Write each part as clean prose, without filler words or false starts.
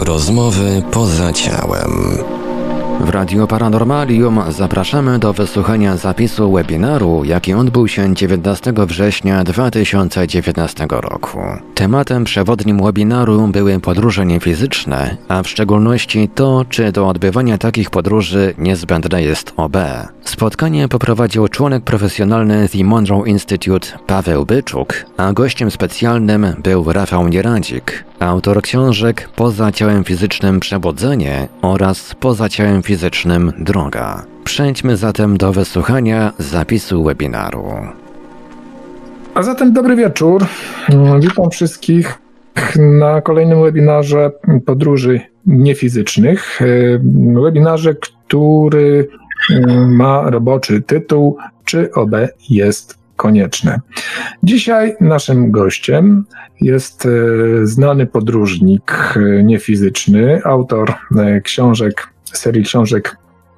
Rozmowy poza ciałem. W Radio Paranormalium zapraszamy do wysłuchania zapisu webinaru, jaki odbył się 19 września 2019 roku. Tematem przewodnim webinaru były podróże niefizyczne, a w szczególności to, czy do odbywania takich podróży niezbędne jest OB. Spotkanie poprowadził członek profesjonalny The Monroe Institute Paweł Byczuk, a gościem specjalnym był Rafał Nieradzik, autor książek Poza ciałem fizycznym Przebudzenie oraz Poza ciałem fizycznym Droga. Przejdźmy zatem do wysłuchania zapisu webinaru. A zatem dobry wieczór. Witam wszystkich na kolejnym webinarze podróży niefizycznych. Webinarze, który ma roboczy tytuł Czy OB jest konieczne? Dzisiaj naszym gościem jest znany podróżnik niefizyczny, autor serii książek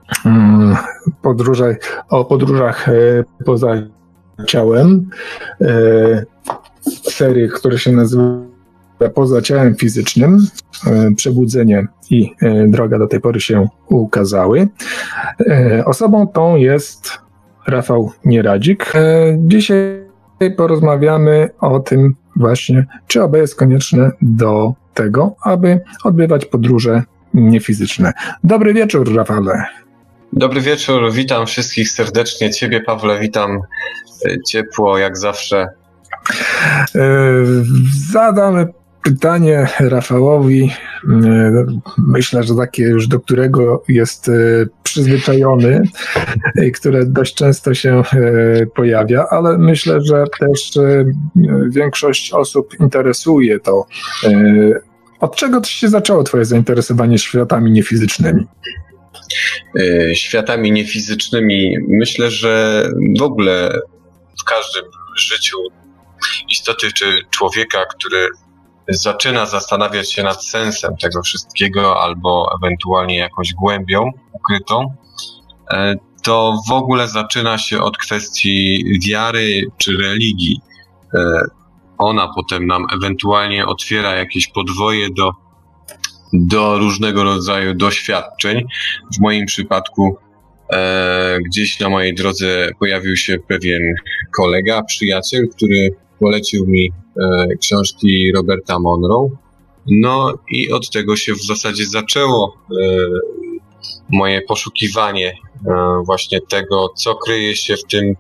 o podróżach poza ciałem, serii, która się nazywa Poza ciałem fizycznym, Przebudzenie i Droga do tej pory się ukazały. Osobą tą jest Rafał Nieradzik. Dzisiaj porozmawiamy o tym właśnie, czy OB jest konieczne do tego, aby odbywać podróże niefizyczne. Dobry wieczór, Rafale. Dobry wieczór, witam wszystkich serdecznie. Ciebie, Pawle, witam ciepło, jak zawsze. Zadamy pytanie Rafałowi, myślę, że takie już, do którego jest przyzwyczajony i które dość często się pojawia, ale myślę, że też większość osób interesuje to. Od czego się zaczęło twoje zainteresowanie światami niefizycznymi? Światami niefizycznymi, myślę, że w ogóle w każdym życiu istoty czy człowieka, który zaczyna zastanawiać się nad sensem tego wszystkiego albo ewentualnie jakąś głębią ukrytą, to w ogóle zaczyna się od kwestii wiary czy religii. Ona potem nam ewentualnie otwiera jakieś podwoje do różnego rodzaju doświadczeń. W moim przypadku gdzieś na mojej drodze pojawił się pewien kolega, przyjaciel, który polecił mi książki Roberta Monroe. No i od tego się w zasadzie zaczęło moje poszukiwanie właśnie tego, co kryje się w tym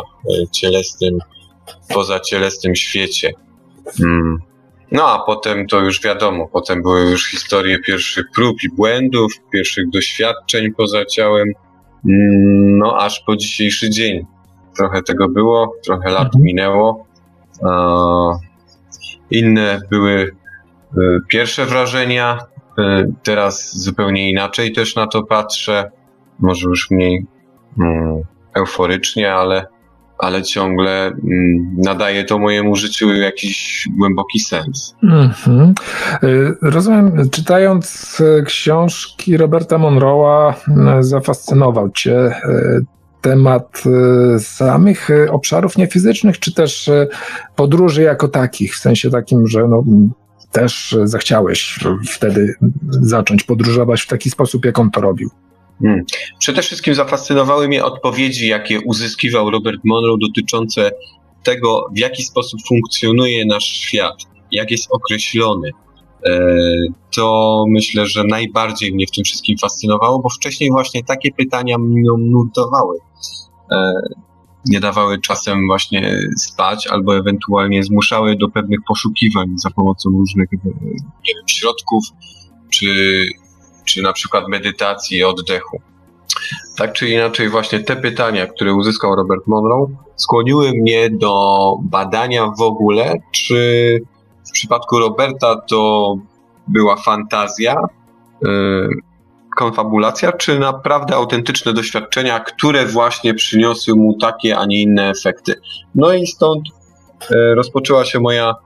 pozacielesnym świecie. No a potem to już wiadomo, potem były już historie pierwszych prób i błędów, pierwszych doświadczeń poza ciałem, no aż po dzisiejszy dzień. Trochę tego było, trochę lat minęło. Inne były pierwsze wrażenia, teraz zupełnie inaczej też na to patrzę, może już mniej euforycznie, ale ciągle nadaje to mojemu życiu jakiś głęboki sens. Rozumiem, czytając książki Roberta Monroe'a zafascynował cię temat samych obszarów niefizycznych, czy też podróży jako takich, w sensie takim, że też zachciałeś wtedy zacząć podróżować w taki sposób, jak on to robił? Przede wszystkim zafascynowały mnie odpowiedzi, jakie uzyskiwał Robert Monroe dotyczące tego, w jaki sposób funkcjonuje nasz świat, jak jest określony. To myślę, że najbardziej mnie w tym wszystkim fascynowało, bo wcześniej właśnie takie pytania mnie nurtowały. Nie dawały czasem właśnie spać, albo ewentualnie zmuszały do pewnych poszukiwań za pomocą różnych, nie wiem, środków, czy na przykład medytacji, oddechu. Tak czy inaczej właśnie te pytania, które uzyskał Robert Monroe, skłoniły mnie do badania w ogóle, czy w przypadku Roberta to była fantazja, konfabulacja, czy naprawdę autentyczne doświadczenia, które właśnie przyniosły mu takie, a nie inne efekty. No i stąd rozpoczęła się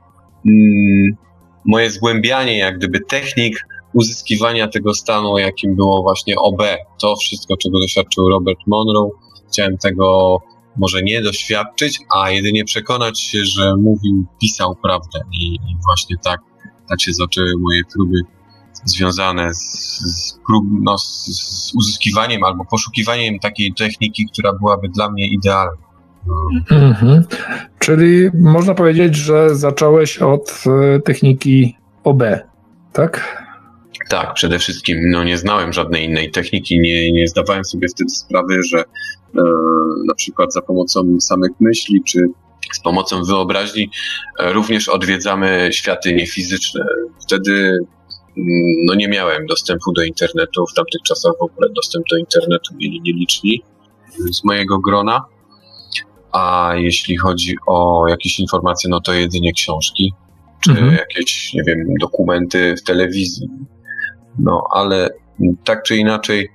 moje zgłębianie jak gdyby technik uzyskiwania tego stanu, jakim było właśnie OB. To wszystko, czego doświadczył Robert Monroe. Chciałem tego może nie doświadczyć, a jedynie przekonać się, że mówił, pisał prawdę. I właśnie tak się zaczęły moje próby związane z uzyskiwaniem albo poszukiwaniem takiej techniki, która byłaby dla mnie idealna. Mhm. Czyli można powiedzieć, że zacząłeś od techniki OB, tak? Tak, przede wszystkim nie znałem żadnej innej techniki, nie zdawałem sobie wtedy sprawy, że na przykład za pomocą samych myśli, czy z pomocą wyobraźni również odwiedzamy światy niefizyczne. Wtedy nie miałem dostępu do internetu, w tamtych czasach w ogóle dostęp do internetu mieli nieliczni z mojego grona, a jeśli chodzi o jakieś informacje, to jedynie książki, czy jakieś, nie wiem, dokumenty w telewizji. Ale tak czy inaczej,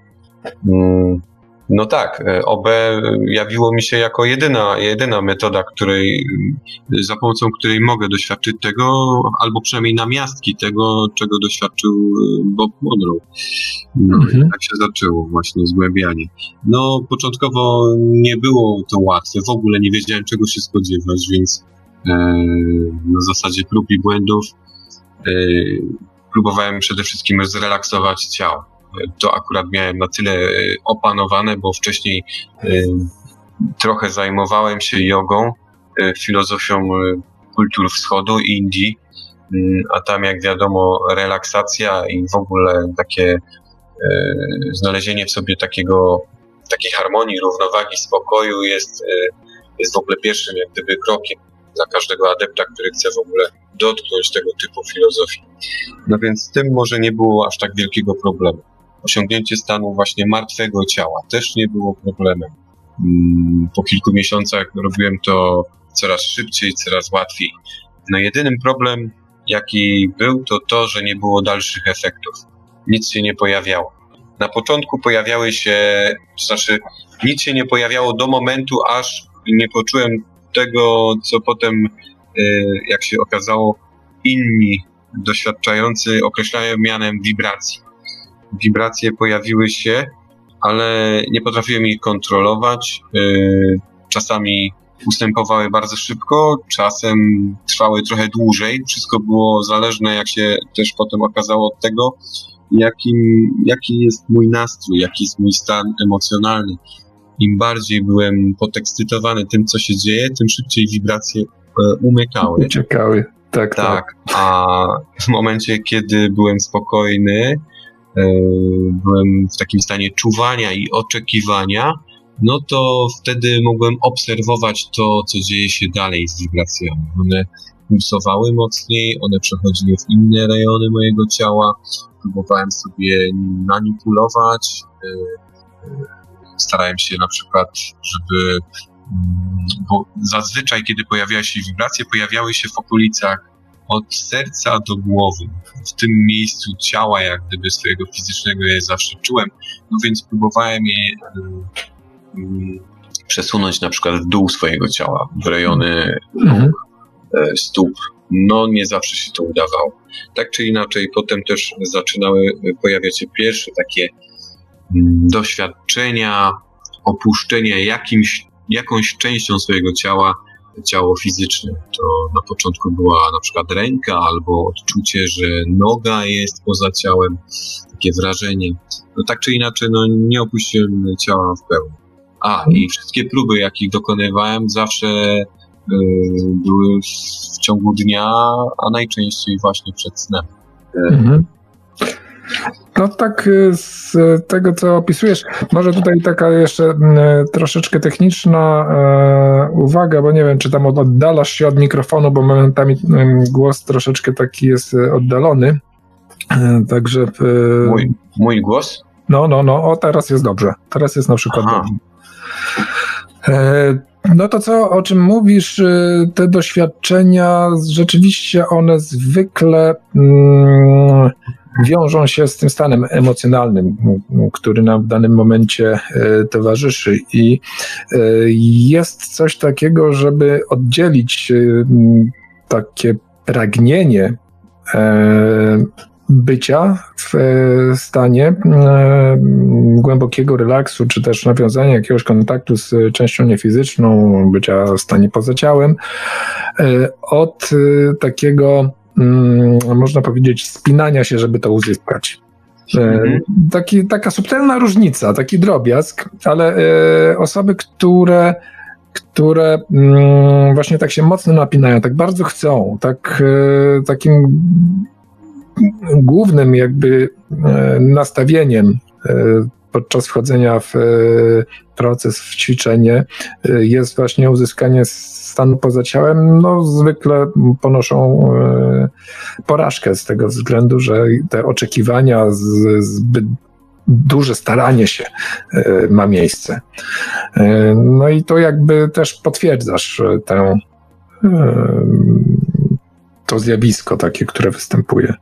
OB jawiło mi się jako jedyna metoda, za pomocą której mogę doświadczyć tego, albo przynajmniej namiastki tego, czego doświadczył Bob Monroe. I tak się zaczęło właśnie zgłębianie. Początkowo nie było to łatwe, w ogóle nie wiedziałem, czego się spodziewać, więc na zasadzie prób i błędów próbowałem przede wszystkim zrelaksować ciało. To akurat miałem na tyle opanowane, bo wcześniej trochę zajmowałem się jogą, filozofią kultur wschodu, Indii, a tam, jak wiadomo, relaksacja i w ogóle takie znalezienie w sobie takiej harmonii, równowagi, spokoju jest w ogóle pierwszym jak gdyby krokiem dla każdego adepta, który chce w ogóle dotknąć tego typu filozofii. Więc z tym może nie było aż tak wielkiego problemu. Osiągnięcie stanu właśnie martwego ciała też nie było problemem. Po kilku miesiącach robiłem to coraz szybciej, coraz łatwiej. Jedynym problem, jaki był, to, że nie było dalszych efektów. Nic się nie pojawiało. Na początku nic się nie pojawiało do momentu, aż nie poczułem tego, co potem, jak się okazało, inni doświadczający określają mianem wibracji. Wibracje pojawiły się, ale nie potrafiłem ich kontrolować. Czasami ustępowały bardzo szybko, czasem trwały trochę dłużej. Wszystko było zależne, jak się też potem okazało, od tego, jaki jest mój nastrój, jaki jest mój stan emocjonalny. Im bardziej byłem podekscytowany tym, co się dzieje, tym szybciej wibracje umykały. Uciekały, tak. A w momencie, kiedy byłem spokojny, byłem w takim stanie czuwania i oczekiwania, to wtedy mogłem obserwować to, co dzieje się dalej z wibracjami. One pulsowały mocniej, one przechodziły w inne rejony mojego ciała, próbowałem sobie manipulować, starałem się na przykład, bo zazwyczaj, kiedy pojawiały się wibracje, pojawiały się w okolicach od serca do głowy. W tym miejscu ciała, jak gdyby swojego fizycznego, je zawsze czułem, więc próbowałem je przesunąć na przykład w dół swojego ciała, w rejony nóg, stóp. Nie zawsze się to udawało. Tak czy inaczej, potem też zaczynały pojawiać się pierwsze takie doświadczenia, opuszczenia jakąś częścią swojego ciała, ciało fizyczne. To na początku była na przykład ręka albo odczucie, że noga jest poza ciałem, takie wrażenie. Tak czy inaczej, nie opuściłem ciała w pełni. I wszystkie próby, jakich dokonywałem, zawsze były w ciągu dnia, a najczęściej właśnie przed snem. Tak z tego, co opisujesz, może tutaj taka jeszcze troszeczkę techniczna uwaga, bo nie wiem, czy tam oddalasz się od mikrofonu, bo momentami głos troszeczkę taki jest oddalony. Także... Mój głos? O, teraz jest dobrze. Teraz jest na przykład dobrze. To o czym mówisz, te doświadczenia, rzeczywiście one zwykle wiążą się z tym stanem emocjonalnym, który nam w danym momencie towarzyszy i jest coś takiego, żeby oddzielić takie pragnienie bycia w stanie głębokiego relaksu, czy też nawiązania jakiegoś kontaktu z częścią niefizyczną, bycia w stanie poza ciałem, od takiego można powiedzieć, spinania się, żeby to uzyskać. Taka subtelna różnica, taki drobiazg, ale osoby, które właśnie tak się mocno napinają, tak bardzo chcą, takim głównym jakby nastawieniem podczas wchodzenia w proces, w ćwiczenie jest właśnie uzyskanie stanu poza ciałem, no zwykle ponoszą porażkę z tego względu, że te oczekiwania, zbyt duże staranie się ma miejsce. No i to jakby też potwierdzasz to zjawisko takie, które występuje.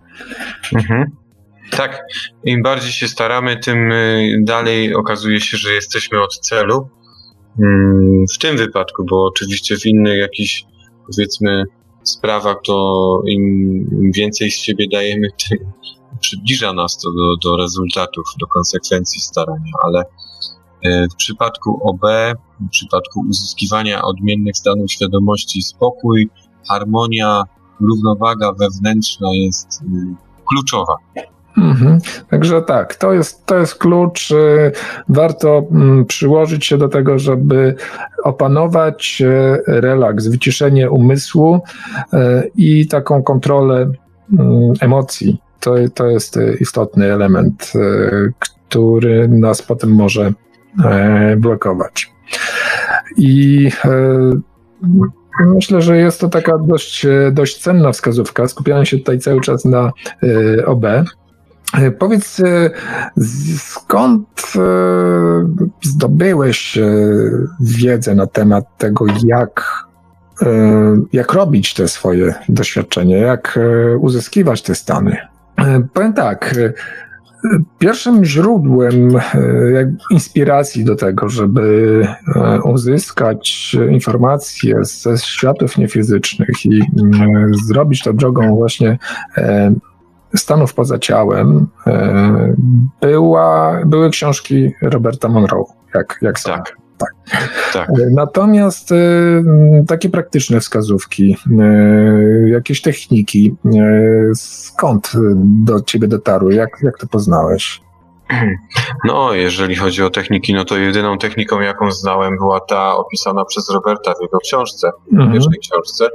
Tak, im bardziej się staramy, tym dalej okazuje się, że jesteśmy od celu. W tym wypadku, bo oczywiście w innych jakichś, powiedzmy, sprawach, to im więcej z siebie dajemy, tym przybliża nas to do rezultatów, do konsekwencji starania, ale w przypadku OB, w przypadku uzyskiwania odmiennych stanów świadomości, spokój, harmonia, równowaga wewnętrzna jest kluczowa. Także tak, to jest klucz. Warto przyłożyć się do tego, żeby opanować relaks, wyciszenie umysłu i taką kontrolę emocji. To jest istotny element, który nas potem może blokować. I myślę, że jest to taka dość cenna wskazówka. Skupiałem się tutaj cały czas na OB. Powiedz, skąd zdobyłeś wiedzę na temat tego, jak robić te swoje doświadczenia, jak uzyskiwać te stany? Powiem tak, pierwszym źródłem inspiracji do tego, żeby uzyskać informacje ze światów niefizycznych i zrobić to drogą właśnie stanów poza ciałem, były książki Roberta Monroe, jak są. Tak. Natomiast takie praktyczne wskazówki, jakieś techniki, skąd do ciebie dotarły? Jak to poznałeś? No, jeżeli chodzi o techniki, no to jedyną techniką, jaką znałem, była ta opisana przez Roberta w jego książce, w pierwszej książce.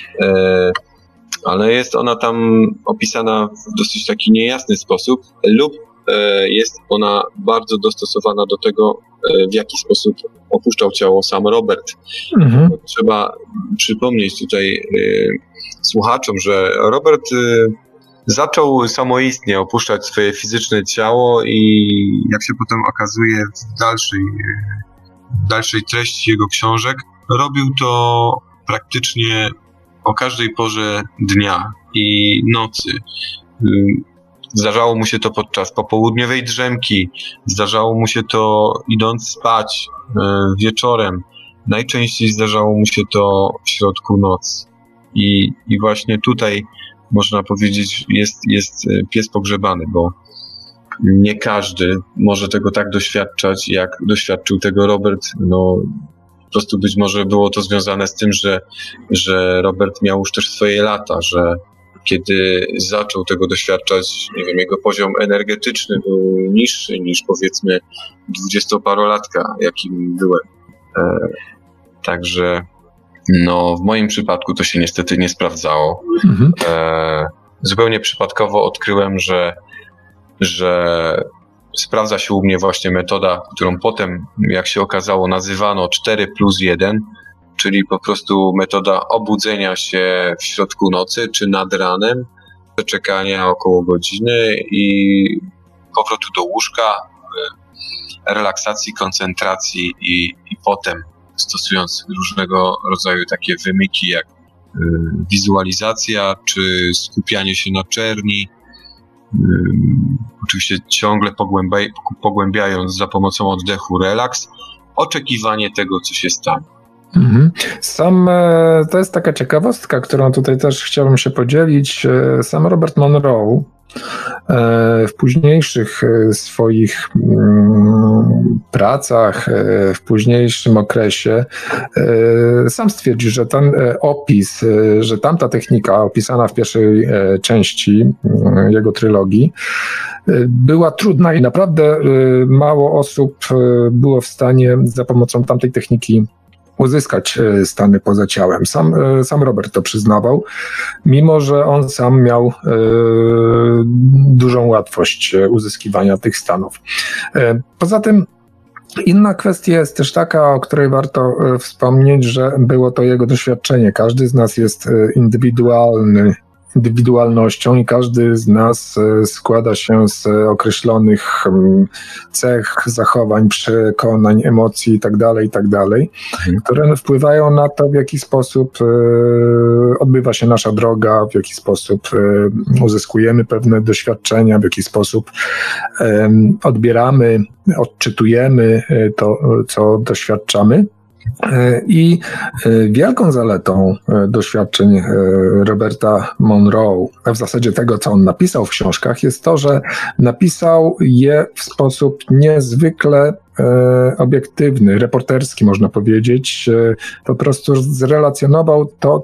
Ale jest ona tam opisana w dosyć taki niejasny sposób lub jest ona bardzo dostosowana do tego, w jaki sposób opuszczał ciało sam Robert. Trzeba przypomnieć tutaj słuchaczom, że Robert zaczął samoistnie opuszczać swoje fizyczne ciało i jak się potem okazuje w dalszej treści jego książek, robił to praktycznie o każdej porze dnia i nocy. Zdarzało mu się to podczas popołudniowej drzemki, zdarzało mu się to idąc spać wieczorem. Najczęściej zdarzało mu się to w środku nocy. I właśnie tutaj można powiedzieć jest pies pogrzebany, bo nie każdy może tego tak doświadczać, jak doświadczył tego Robert. No, po prostu być może było to związane z tym, że Robert miał już też swoje lata, że kiedy zaczął tego doświadczać, nie wiem, jego poziom energetyczny był niższy niż powiedzmy 20-parolatka, jakim byłem. Także no, w moim przypadku to się niestety nie sprawdzało. Zupełnie przypadkowo odkryłem, że sprawdza się u mnie właśnie metoda, którą potem, jak się okazało, nazywano 4+1, czyli po prostu metoda obudzenia się w środku nocy czy nad ranem, przeczekania około godziny i powrotu do łóżka, relaksacji, koncentracji i potem stosując różnego rodzaju takie wymyki jak wizualizacja czy skupianie się na czerni, oczywiście ciągle pogłębiając za pomocą oddechu relaks, oczekiwanie tego, co się stanie. To jest taka ciekawostka, którą tutaj też chciałbym się podzielić. Sam Robert Monroe W późniejszych swoich pracach, w późniejszym okresie sam stwierdził, że ten opis, że tamta technika opisana w pierwszej części jego trylogii była trudna i naprawdę mało osób było w stanie za pomocą tamtej techniki uzyskać stany poza ciałem. Sam Robert to przyznawał, mimo że on sam miał dużą łatwość uzyskiwania tych stanów. Poza tym inna kwestia jest też taka, o której warto wspomnieć, że było to jego doświadczenie. Każdy z nas jest indywidualnością i każdy z nas składa się z określonych cech, zachowań, przekonań, emocji itd., które wpływają na to, w jaki sposób odbywa się nasza droga, w jaki sposób uzyskujemy pewne doświadczenia, w jaki sposób odbieramy, odczytujemy to, co doświadczamy. I wielką zaletą doświadczeń Roberta Monroe, a w zasadzie tego, co on napisał w książkach, jest to, że napisał je w sposób niezwykle obiektywny, reporterski, można powiedzieć. Po prostu zrelacjonował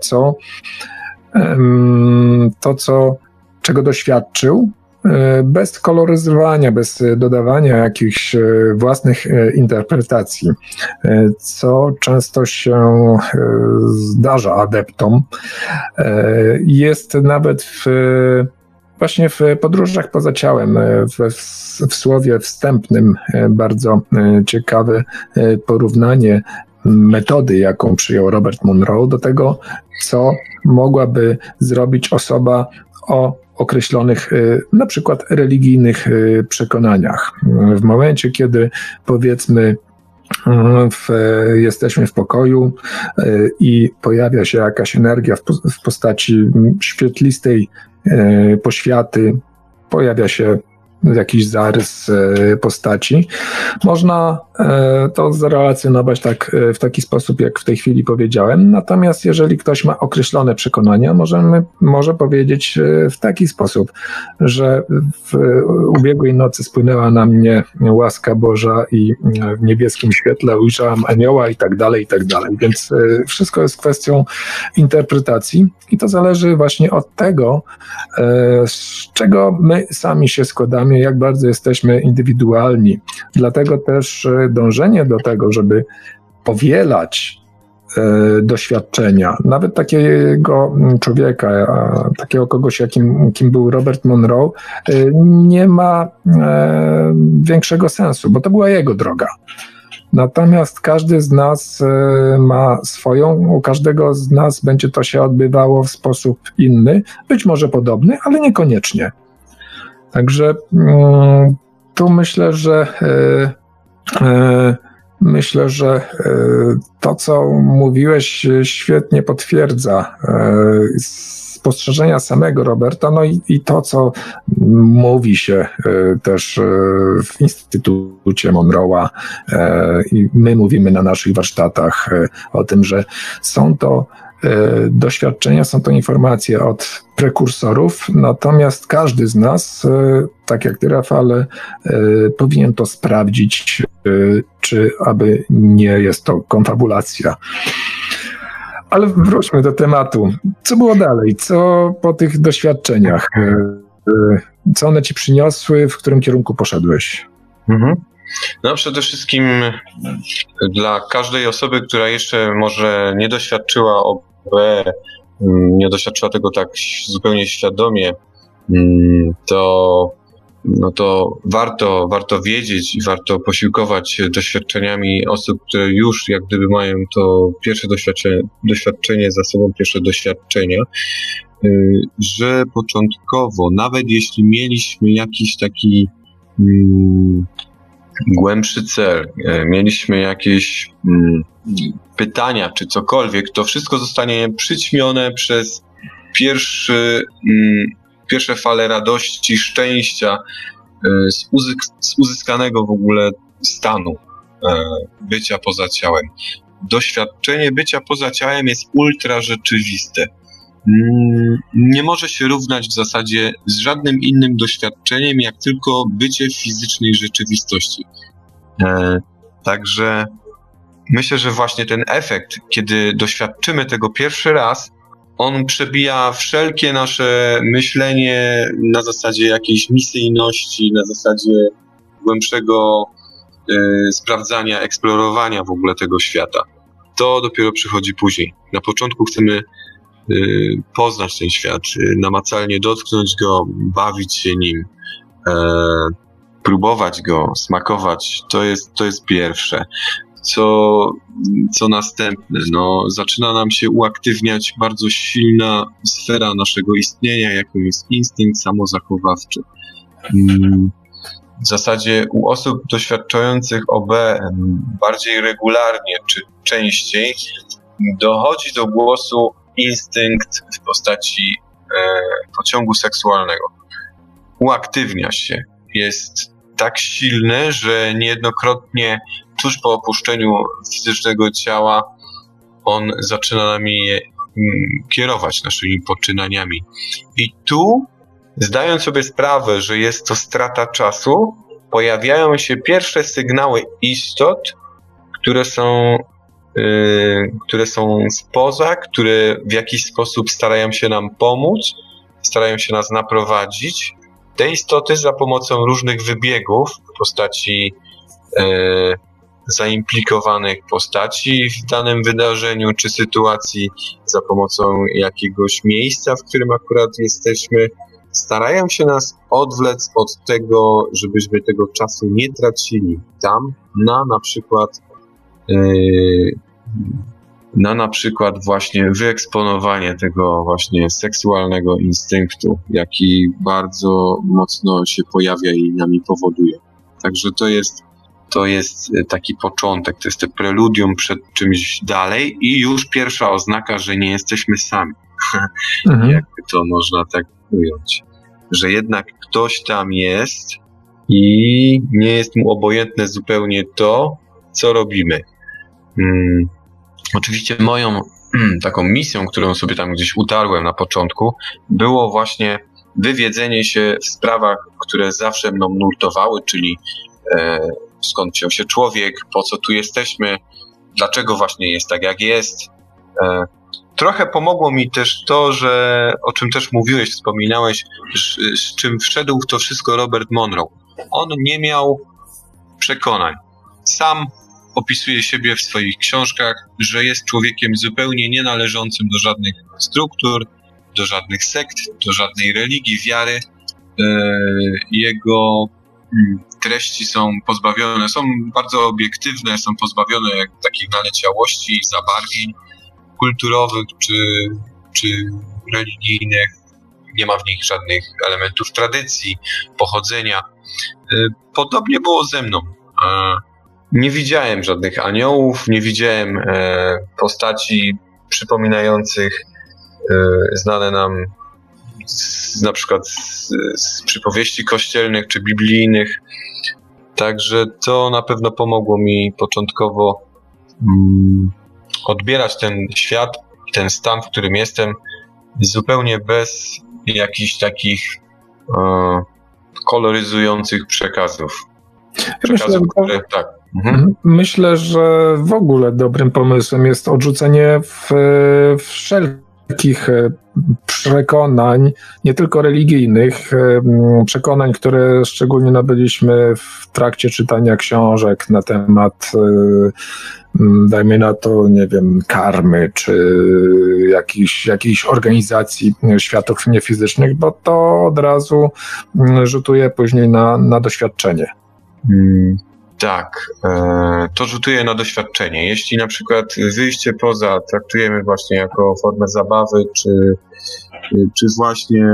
czego doświadczył, bez koloryzowania, bez dodawania jakichś własnych interpretacji, co często się zdarza adeptom. Jest nawet właśnie w Podróżach poza ciałem, w słowie wstępnym bardzo ciekawe porównanie metody, jaką przyjął Robert Monroe, do tego, co mogłaby zrobić osoba o określonych, na przykład religijnych przekonaniach. W momencie, kiedy powiedzmy jesteśmy w pokoju i pojawia się jakaś energia w postaci świetlistej poświaty, pojawia się jakiś zarys postaci. Można to zrelacjonować w taki sposób, jak w tej chwili powiedziałem. Natomiast jeżeli ktoś ma określone przekonania, może powiedzieć w taki sposób, że w ubiegłej nocy spłynęła na mnie łaska Boża i w niebieskim świetle ujrzałam anioła i tak dalej, i tak dalej. Więc wszystko jest kwestią interpretacji i to zależy właśnie od tego, z czego my sami się składamy, jak bardzo jesteśmy indywidualni. Dlatego też dążenie do tego, żeby powielać doświadczenia, nawet takiego człowieka, takiego kogoś, kim był Robert Monroe, nie ma większego sensu, bo to była jego droga. Natomiast każdy z nas ma swoją, u każdego z nas będzie to się odbywało w sposób inny, być może podobny, ale niekoniecznie. Także tu myślę, że to, co mówiłeś, świetnie potwierdza spostrzeżenia samego Roberta, no i to, co mówi się też w Instytucie Monroe'a i my mówimy na naszych warsztatach o tym, że są to doświadczenia, są to informacje od prekursorów, natomiast każdy z nas, tak jak ty, Rafale, powinien to sprawdzić, czy aby nie jest to konfabulacja. Ale wróćmy do tematu. Co było dalej? Co po tych doświadczeniach? Co one ci przyniosły? W którym kierunku poszedłeś? No przede wszystkim dla każdej osoby, która jeszcze może nie doświadczyła OB, nie doświadczyła tego tak zupełnie świadomie, to warto wiedzieć i warto posiłkować się doświadczeniami osób, które już jak gdyby mają to pierwsze doświadczenie za sobą, pierwsze doświadczenia, że początkowo, nawet jeśli mieliśmy jakiś taki głębszy cel, mieliśmy jakieś pytania czy cokolwiek, to wszystko zostanie przyćmione przez pierwsze fale radości, szczęścia z uzyskanego w ogóle stanu bycia poza ciałem. Doświadczenie bycia poza ciałem jest ultra rzeczywiste. nie może się równać w zasadzie z żadnym innym doświadczeniem, jak tylko bycie w fizycznej rzeczywistości. Także myślę, że właśnie ten efekt, kiedy doświadczymy tego pierwszy raz, on przebija wszelkie nasze myślenie na zasadzie jakiejś misyjności, na zasadzie głębszego sprawdzania, eksplorowania w ogóle tego świata. To dopiero przychodzi później. Na początku chcemy poznać ten świat, namacalnie dotknąć go, bawić się nim, próbować go, smakować. To jest pierwsze. Co następne? No, zaczyna nam się uaktywniać bardzo silna sfera naszego istnienia, jaką jest instynkt samozachowawczy. W zasadzie u osób doświadczających OB bardziej regularnie czy częściej dochodzi do głosu instynkt w postaci pociągu seksualnego. Uaktywnia się. Jest tak silny, że niejednokrotnie tuż po opuszczeniu fizycznego ciała on zaczyna nami kierować naszymi poczynaniami. I tu, zdając sobie sprawę, że jest to strata czasu, pojawiają się pierwsze sygnały istot, które są spoza, które w jakiś sposób starają się nam pomóc, starają się nas naprowadzić. Te istoty za pomocą różnych wybiegów w postaci zaimplikowanych postaci w danym wydarzeniu czy sytuacji, za pomocą jakiegoś miejsca, w którym akurat jesteśmy, starają się nas odwlec od tego, żebyśmy tego czasu nie tracili tam na przykład właśnie wyeksponowanie tego właśnie seksualnego instynktu, jaki bardzo mocno się pojawia i nami powoduje. Także to jest taki początek, to jest to preludium przed czymś dalej i już pierwsza oznaka, że nie jesteśmy sami. Jakby to można tak ująć. Że jednak ktoś tam jest i nie jest mu obojętne zupełnie to, co robimy. Oczywiście moją taką misją, którą sobie tam gdzieś utarłem na początku, było właśnie wywiedzenie się w sprawach, które zawsze mną nurtowały, czyli skąd wziął się człowiek, po co tu jesteśmy, dlaczego właśnie jest tak, jak jest. Trochę pomogło mi też to, że o czym też mówiłeś, wspominałeś, z czym wszedł w to wszystko Robert Monroe. On nie miał przekonań. Sam opisuje siebie w swoich książkach, że jest człowiekiem zupełnie nienależącym do żadnych struktur, do żadnych sekt, do żadnej religii, wiary. Jego treści są pozbawione, są bardzo obiektywne, są pozbawione takich naleciałości, zabarwień kulturowych czy religijnych. Nie ma w nich żadnych elementów tradycji, pochodzenia. Podobnie było ze mną. Nie widziałem żadnych aniołów, nie widziałem postaci przypominających znane nam na przykład z przypowieści kościelnych czy biblijnych. Także to na pewno pomogło mi początkowo odbierać ten świat, ten stan, w którym jestem, zupełnie bez jakichś takich koloryzujących przekazów. Myślę, że w ogóle dobrym pomysłem jest odrzucenie wszelkich przekonań, nie tylko religijnych, przekonań, które szczególnie nabyliśmy w trakcie czytania książek na temat, dajmy na to, nie wiem, karmy, czy jakichś organizacji światów niefizycznych, bo to od razu rzutuje później na doświadczenie. Tak, to rzutuje na doświadczenie. Jeśli na przykład wyjście poza traktujemy właśnie jako formę zabawy, czy właśnie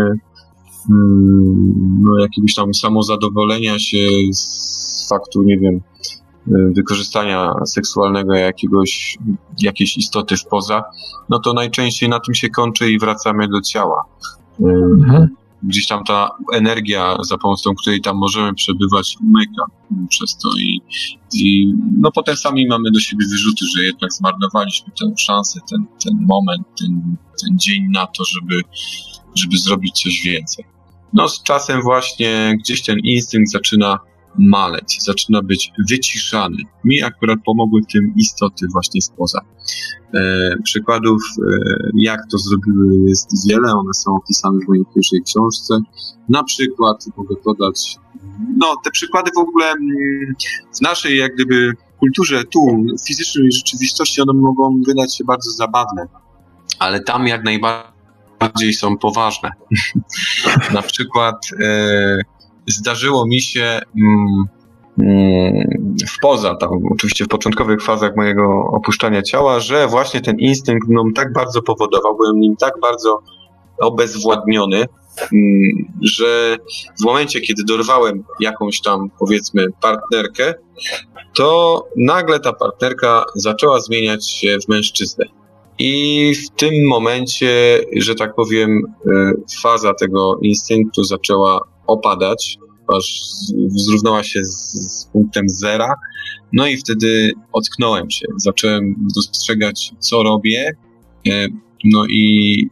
jakiegoś tam samozadowolenia się z faktu, nie wiem, wykorzystania seksualnego jakiejś istoty w poza, no to najczęściej na tym się kończy i wracamy do ciała. gdzieś tam ta energia, za pomocą której tam możemy przebywać, umyka przez to i no potem sami mamy do siebie wyrzuty, że jednak zmarnowaliśmy tę szansę, ten moment, ten dzień na to, żeby zrobić coś więcej. No z czasem właśnie gdzieś ten instynkt zaczyna maleć, zaczyna być wyciszany. Mi akurat pomogły w tym istoty właśnie spoza. Przykładów, jak to zrobiły, jest wiele, one są opisane w mojej pierwszej książce. Na przykład mogę podać, no te przykłady w ogóle w naszej jak gdyby kulturze tu, fizycznej rzeczywistości, one mogą wydać się bardzo zabawne, ale tam jak najbardziej są poważne. Na przykład zdarzyło mi się tam oczywiście w początkowych fazach mojego opuszczania ciała, że właśnie ten instynkt mną tak bardzo powodował, byłem nim tak bardzo obezwładniony, że w momencie, kiedy dorwałem jakąś tam, powiedzmy, partnerkę, to nagle ta partnerka zaczęła zmieniać się w mężczyznę. I w tym momencie, że tak powiem, faza tego instynktu zaczęła opadać, aż zrównała się z punktem zera. No i wtedy ocknąłem się. Zacząłem dostrzegać, co robię. No i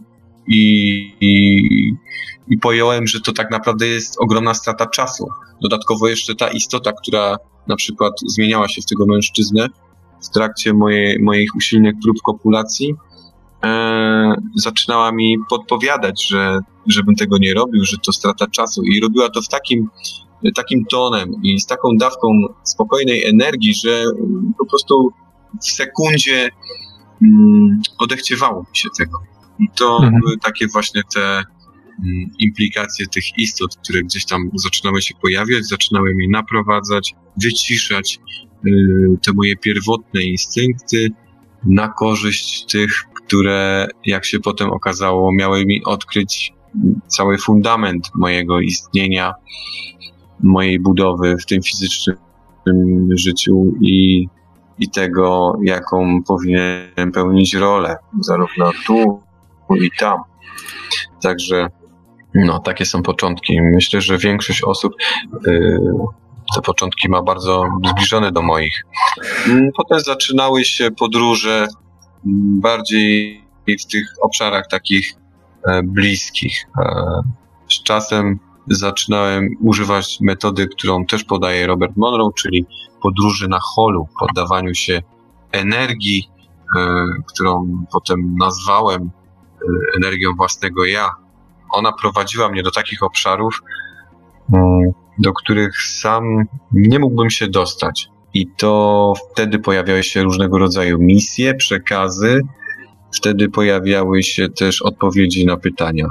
pojąłem, że to tak naprawdę jest ogromna strata czasu. Dodatkowo jeszcze ta istota, która na przykład zmieniała się w tego mężczyznę w trakcie moich usilnych prób kopulacji, zaczynała mi podpowiadać, żebym tego nie robił, że to strata czasu, i robiła to w takim tonem i z taką dawką spokojnej energii, że po prostu w sekundzie odechciewało mi się tego. I to były takie właśnie te implikacje tych istot, które gdzieś tam zaczynały się pojawiać, zaczynały mnie naprowadzać, wyciszać te moje pierwotne instynkty na korzyść tych, które, jak się potem okazało, miały mi odkryć cały fundament mojego istnienia, mojej budowy w tym fizycznym życiu i tego, jaką powinienem pełnić rolę, zarówno tu i tam. Także no, takie są początki. Myślę, że większość osób te początki ma bardzo zbliżone do moich. Potem zaczynały się podróże bardziej w tych obszarach takich bliskich. Z czasem zaczynałem używać metody, którą też podaje Robert Monroe, czyli podróży na holu, poddawaniu się energii, którą potem nazwałem energią własnego ja. Ona prowadziła mnie do takich obszarów, do których sam nie mógłbym się dostać. I to wtedy pojawiały się różnego rodzaju misje, przekazy. Wtedy pojawiały się też odpowiedzi na pytania.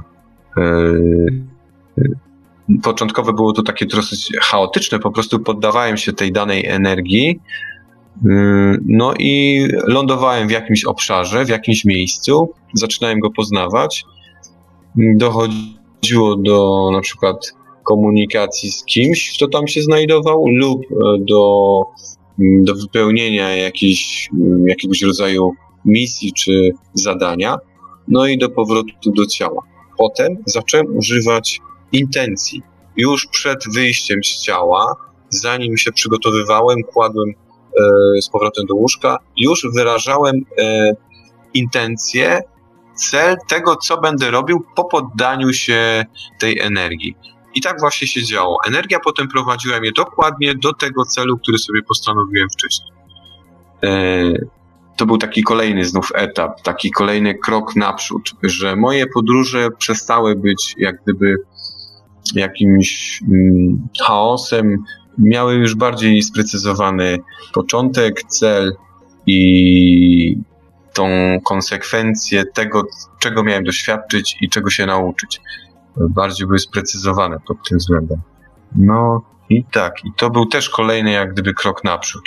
Początkowo było to takie dosyć chaotyczne, po prostu poddawałem się tej danej energii, no i lądowałem w jakimś obszarze, w jakimś miejscu, zaczynałem go poznawać. Dochodziło do na przykład komunikacji z kimś, kto tam się znajdował, lub do wypełnienia jakiegoś rodzaju misji czy zadania, no i do powrotu do ciała. Potem zacząłem używać intencji. Już przed wyjściem z ciała, zanim się przygotowywałem, kładłem z powrotem do łóżka, już wyrażałem intencję, cel tego, co będę robił po poddaniu się tej energii. I tak właśnie się działo. Energia potem prowadziła mnie dokładnie do tego celu, który sobie postanowiłem wcześniej. To był taki kolejny znów etap, taki kolejny krok naprzód, że moje podróże przestały być jak gdyby jakimś chaosem, miały już bardziej sprecyzowany początek, cel i tą konsekwencję tego, czego miałem doświadczyć i czego się nauczyć. Bardziej były sprecyzowane pod tym względem. No i tak, i to był też kolejny jak gdyby krok naprzód.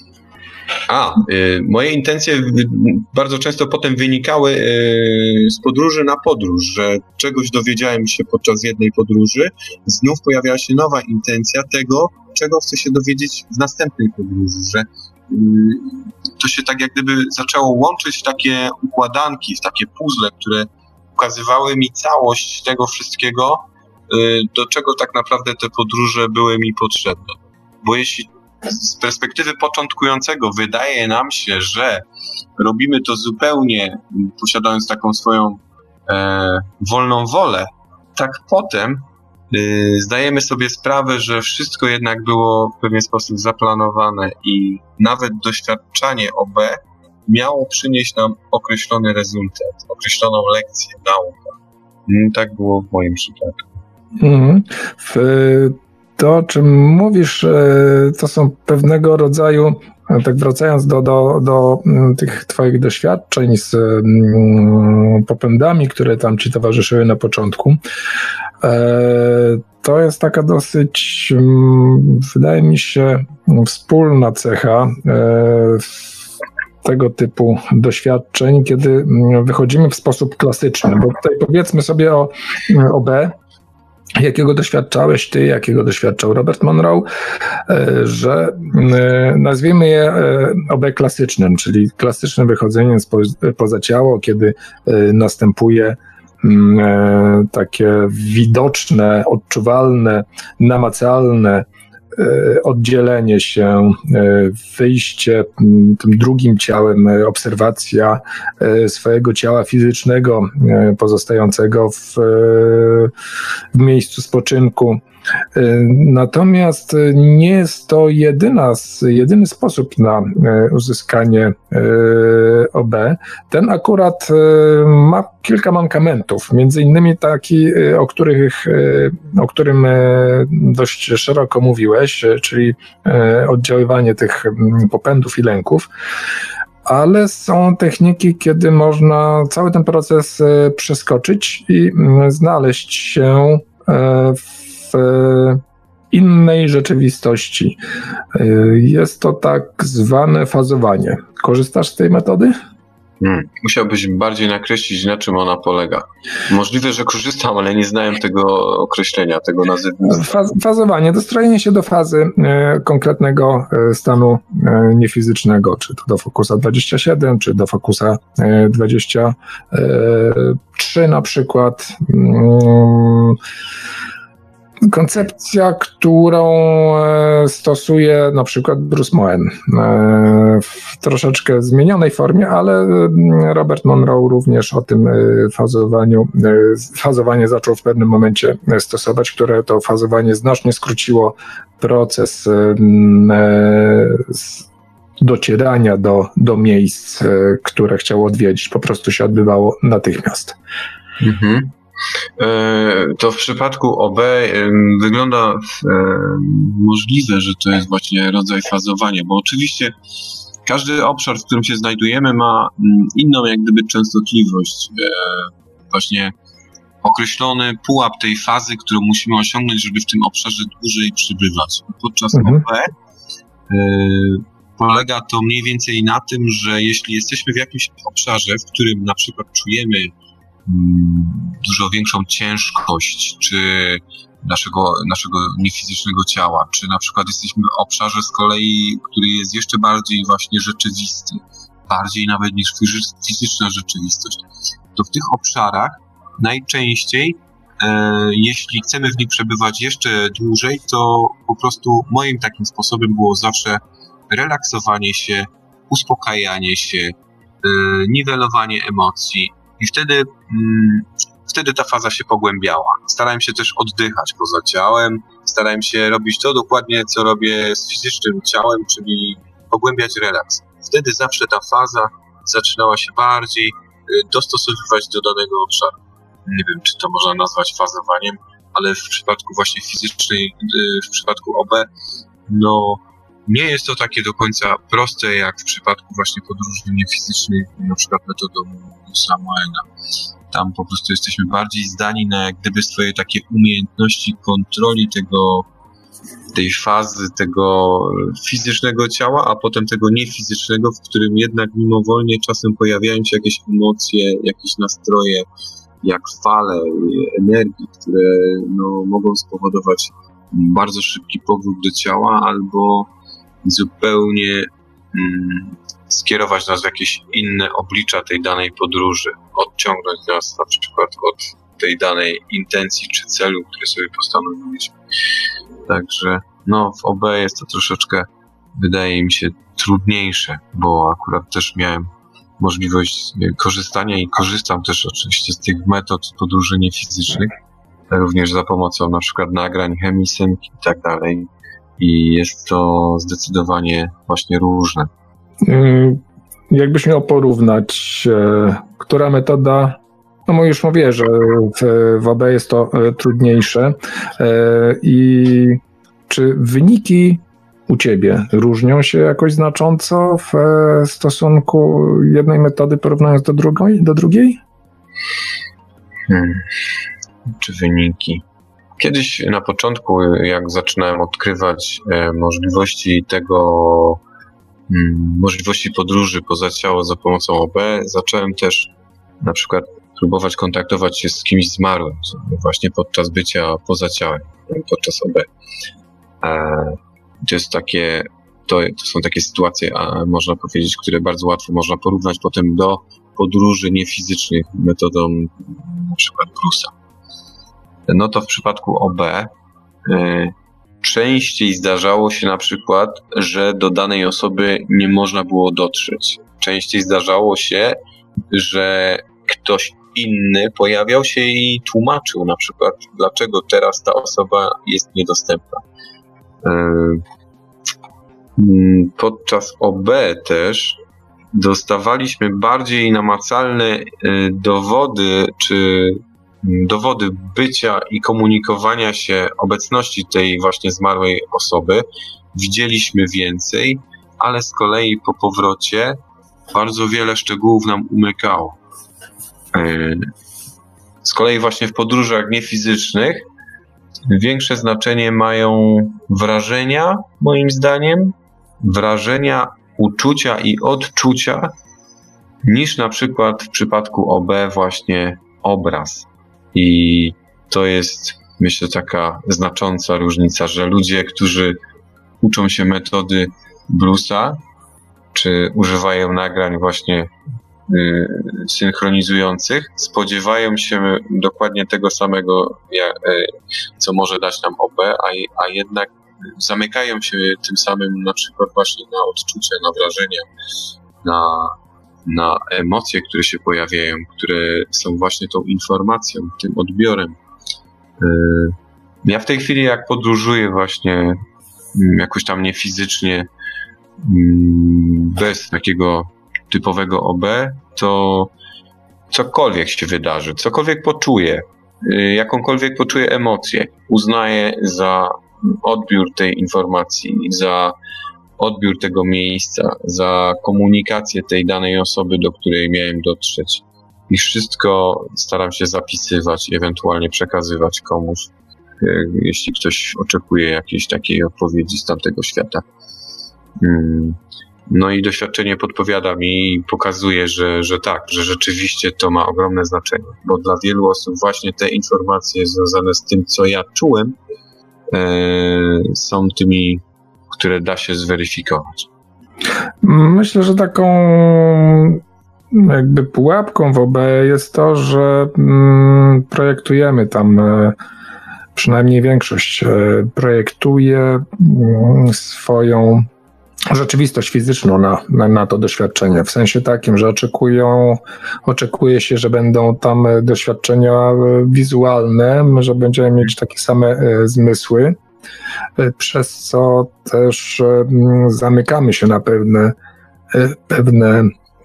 Moje intencje bardzo często potem wynikały z podróży na podróż, że czegoś dowiedziałem się podczas jednej podróży, znów pojawiała się nowa intencja tego, czego chcę się dowiedzieć w następnej podróży, że to się tak jak gdyby zaczęło łączyć w takie układanki, w takie puzzle, które ukazywały mi całość tego wszystkiego do czego tak naprawdę te podróże były mi potrzebne. Bo jeśli z perspektywy początkującego wydaje nam się, że robimy to zupełnie posiadając taką swoją wolną wolę, tak potem zdajemy sobie sprawę, że wszystko jednak było w pewien sposób zaplanowane i nawet doświadczanie OB miało przynieść nam określony rezultat, określoną lekcję, naukę. Tak było w moim przypadku. To, o czym mówisz, to są pewnego rodzaju, tak wracając do tych twoich doświadczeń z popędami, które tam ci towarzyszyły na początku, to jest taka dosyć, wydaje mi się, wspólna cecha tego typu doświadczeń, kiedy wychodzimy w sposób klasyczny, bo tutaj powiedzmy sobie o B, jakiego doświadczałeś ty, jakiego doświadczał Robert Monroe, że nazwijmy je OB klasycznym, czyli klasycznym wychodzeniem poza ciało, kiedy następuje takie widoczne, odczuwalne, namacalne oddzielenie się, wyjście tym drugim ciałem, obserwacja swojego ciała fizycznego pozostającego w miejscu spoczynku. Natomiast nie jest to jedyny sposób na uzyskanie OB. Ten akurat ma kilka mankamentów, między innymi taki, o którym dość szeroko mówiłeś, czyli oddziaływanie tych popędów i lęków, ale są techniki, kiedy można cały ten proces przeskoczyć i znaleźć się w innej rzeczywistości. Jest to tak zwane fazowanie. Korzystasz z tej metody? Musiałbyś bardziej nakreślić, na czym ona polega. Możliwe, że korzystam, ale nie znałem tego określenia, tego nazewnictwa. Fazowanie, dostrojenie się do fazy konkretnego stanu niefizycznego, czy to do fokusa 27, czy do fokusa 23 na przykład. Koncepcja, którą stosuje na przykład Bruce Moen w troszeczkę zmienionej formie, ale Robert Monroe również o tym fazowanie zaczął w pewnym momencie stosować, które to fazowanie znacznie skróciło proces docierania do miejsc, które chciał odwiedzić. Po prostu się odbywało natychmiast. Mhm. To w przypadku OB wygląda możliwe, że to jest właśnie rodzaj fazowania, bo oczywiście każdy obszar, w którym się znajdujemy, ma inną jak gdyby częstotliwość, właśnie określony pułap tej fazy, którą musimy osiągnąć, żeby w tym obszarze dłużej przybywać. Podczas OB polega to mniej więcej na tym, że jeśli jesteśmy w jakimś obszarze, w którym na przykład czujemy dużo większą ciężkość, czy naszego niefizycznego ciała, czy na przykład jesteśmy w obszarze z kolei, który jest jeszcze bardziej właśnie rzeczywisty, bardziej nawet niż fizyczna rzeczywistość, to w tych obszarach najczęściej, jeśli chcemy w nich przebywać jeszcze dłużej, to po prostu moim takim sposobem było zawsze relaksowanie się, uspokajanie się, niwelowanie emocji. I wtedy ta faza się pogłębiała. Starałem się też oddychać poza ciałem, starałem się robić to dokładnie, co robię z fizycznym ciałem, czyli pogłębiać relaks. Wtedy zawsze ta faza zaczynała się bardziej dostosowywać do danego obszaru. Nie wiem, czy to można nazwać fazowaniem, ale w przypadku właśnie fizycznej, w przypadku OB, no nie jest to takie do końca proste, jak w przypadku właśnie podróży niefizycznej, na przykład metodą Samuela. Tam po prostu jesteśmy bardziej zdani na jak gdyby swoje takie umiejętności kontroli tej fazy, tego fizycznego ciała, a potem tego niefizycznego, w którym jednak mimowolnie czasem pojawiają się jakieś emocje, jakieś nastroje, jak fale energii, które mogą spowodować bardzo szybki powrót do ciała albo zupełnie skierować nas w jakieś inne oblicza tej danej podróży, odciągnąć nas na przykład od tej danej intencji czy celu, który sobie postanowiliśmy. Także w OB jest to troszeczkę, wydaje mi się, trudniejsze, bo akurat też miałem możliwość korzystania i korzystam też oczywiście z tych metod podróży niefizycznych, również za pomocą na przykład nagrań, chemisync i tak dalej. I jest to zdecydowanie właśnie różne. Jakbyś miał porównać, która metoda, już mówię, że w OB jest to trudniejsze i czy wyniki u Ciebie różnią się jakoś znacząco w stosunku jednej metody porównując do drugiej? Czy wyniki? Kiedyś na początku, jak zaczynałem odkrywać możliwości podróży poza ciało za pomocą OB, zacząłem też na przykład próbować kontaktować się z kimś zmarłym, właśnie podczas bycia poza ciałem, podczas OB. To są takie sytuacje, można powiedzieć, które bardzo łatwo można porównać potem do podróży niefizycznych metodą na przykład Bruce'a. No to w przypadku OB częściej zdarzało się na przykład, że do danej osoby nie można było dotrzeć. Częściej zdarzało się, że ktoś inny pojawiał się i tłumaczył na przykład, dlaczego teraz ta osoba jest niedostępna. Podczas OB też dostawaliśmy bardziej namacalne dowody bycia i komunikowania się, obecności tej właśnie zmarłej osoby. Widzieliśmy więcej, ale z kolei po powrocie bardzo wiele szczegółów nam umykało. Z kolei właśnie w podróżach niefizycznych większe znaczenie mają wrażenia, moim zdaniem, uczucia i odczucia, niż na przykład w przypadku OB właśnie obraz. I to jest, myślę, taka znacząca różnica, że ludzie, którzy uczą się metody Bruce'a, czy używają nagrań właśnie synchronizujących, spodziewają się dokładnie tego samego, co może dać nam OB, a jednak zamykają się tym samym na przykład właśnie na odczucia, na wrażenia, na emocje, które się pojawiają, które są właśnie tą informacją, tym odbiorem. Ja w tej chwili, jak podróżuję właśnie jakoś tam niefizycznie, bez takiego typowego OB, to cokolwiek się wydarzy, cokolwiek poczuję, jakąkolwiek poczuję emocję, uznaję za odbiór tej informacji, za odbiór tego miejsca, za komunikację tej danej osoby, do której miałem dotrzeć. I wszystko staram się zapisywać, ewentualnie przekazywać komuś, jeśli ktoś oczekuje jakiejś takiej odpowiedzi z tamtego świata. No i doświadczenie podpowiada mi i pokazuje, że tak, że rzeczywiście to ma ogromne znaczenie, bo dla wielu osób właśnie te informacje związane z tym, co ja czułem, są tymi, które da się zweryfikować. Myślę, że taką jakby pułapką w OB jest to, że projektujemy tam, przynajmniej większość projektuje swoją rzeczywistość fizyczną na to doświadczenie. W sensie takim, że oczekuje się, że będą tam doświadczenia wizualne, że będziemy mieć takie same zmysły, przez co też zamykamy się na pewne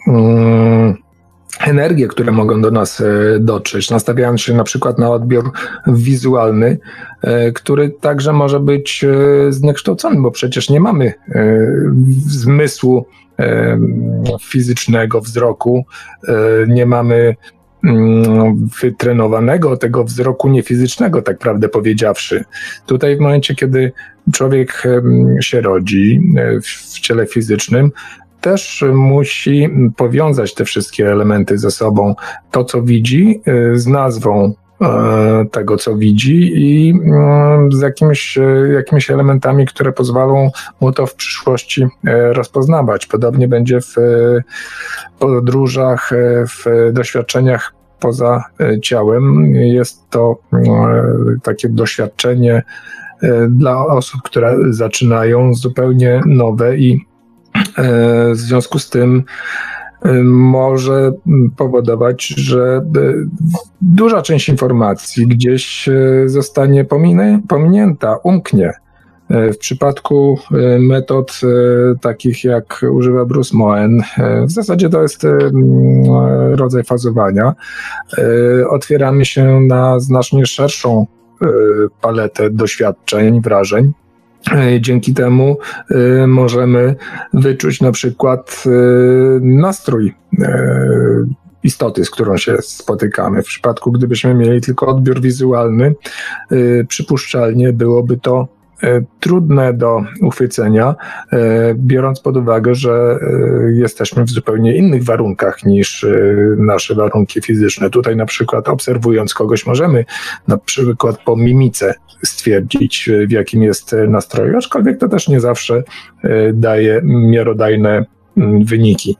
energie, które mogą do nas dotrzeć, nastawiając się na przykład na odbiór wizualny, który także może być zniekształcony, bo przecież nie mamy zmysłu fizycznego, wzroku, nie mamy wytrenowanego tego wzroku niefizycznego, tak prawdę powiedziawszy. Tutaj w momencie, kiedy człowiek się rodzi w ciele fizycznym, też musi powiązać te wszystkie elementy ze sobą. To, co widzi, z nazwą tego, co widzi i z jakimiś elementami, które pozwolą mu to w przyszłości rozpoznawać. Podobnie będzie w podróżach, w doświadczeniach poza ciałem. Jest to takie doświadczenie dla osób, które zaczynają, zupełnie nowe i w związku z tym może powodować, że duża część informacji gdzieś zostanie pominięta, umknie. W przypadku metod takich, jak używa Bruce Moen, w zasadzie to jest rodzaj fazowania. Otwieramy się na znacznie szerszą paletę doświadczeń, wrażeń. Dzięki temu możemy wyczuć na przykład nastrój istoty, z którą się spotykamy. W przypadku, gdybyśmy mieli tylko odbiór wizualny, przypuszczalnie byłoby to trudne do uchwycenia, biorąc pod uwagę, że jesteśmy w zupełnie innych warunkach niż nasze warunki fizyczne. Tutaj na przykład obserwując kogoś możemy na przykład po mimice stwierdzić, w jakim jest nastroju, aczkolwiek to też nie zawsze daje miarodajne wyniki.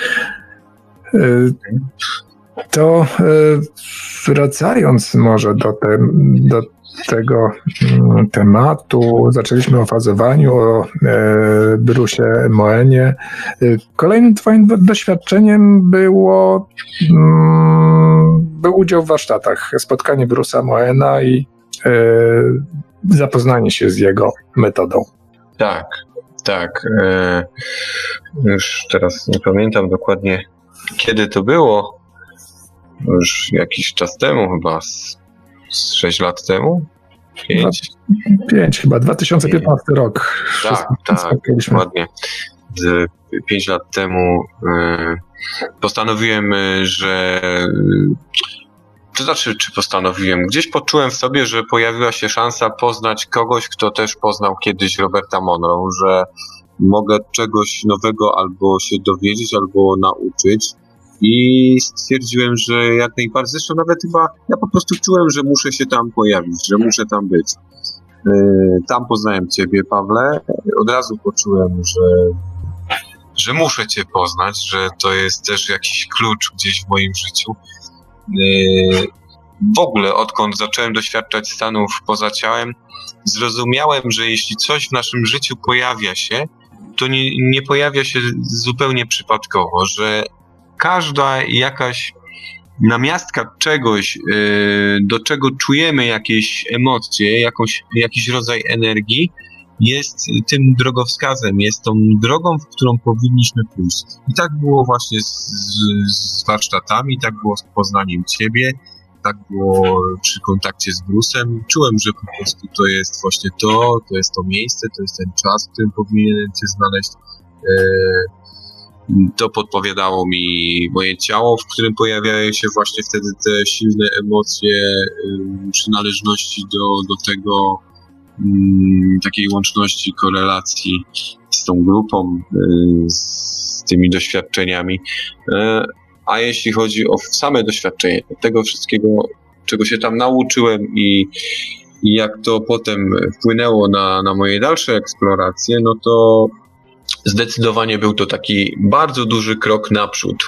To wracając może do tego tematu, zaczęliśmy o fazowaniu, o Bruce'ie Moenie. Kolejnym twoim doświadczeniem był udział w warsztatach, spotkanie Bruce'a Moena i zapoznanie się z jego metodą. Tak. Już teraz nie pamiętam dokładnie, kiedy to było. Już jakiś czas temu, chyba z 6 lat temu? 5 chyba, 2015 rok. Tak, dokładnie. 5 lat temu postanowiłem, czy postanowiłem? Gdzieś poczułem w sobie, że pojawiła się szansa poznać kogoś, kto też poznał kiedyś Roberta Monroe, że mogę czegoś nowego albo się dowiedzieć, albo nauczyć. I stwierdziłem, że jak najbardziej, zresztą nawet chyba ja po prostu czułem, że muszę się tam pojawić, że muszę tam być. Tam poznałem ciebie, Pawle. Od razu poczułem, że muszę cię poznać, że to jest też jakiś klucz gdzieś w moim życiu. W ogóle odkąd zacząłem doświadczać stanów poza ciałem, zrozumiałem, że jeśli coś w naszym życiu pojawia się, to nie pojawia się zupełnie przypadkowo, że każda jakaś namiastka czegoś, do czego czujemy jakieś emocje, jakiś rodzaj energii, jest tym drogowskazem, jest tą drogą, w którą powinniśmy pójść. I tak było właśnie z warsztatami, tak było z poznaniem ciebie, tak było przy kontakcie z Bruce'em. Czułem, że po prostu to jest właśnie to jest to miejsce, to jest ten czas, w którym powinienem cię znaleźć. To podpowiadało mi moje ciało, w którym pojawiają się właśnie wtedy te silne emocje przynależności do tego, takiej łączności, korelacji z tą grupą, z tymi doświadczeniami. A jeśli chodzi o same doświadczenie, tego wszystkiego, czego się tam nauczyłem i jak to potem wpłynęło na moje dalsze eksploracje, no to zdecydowanie był to taki bardzo duży krok naprzód.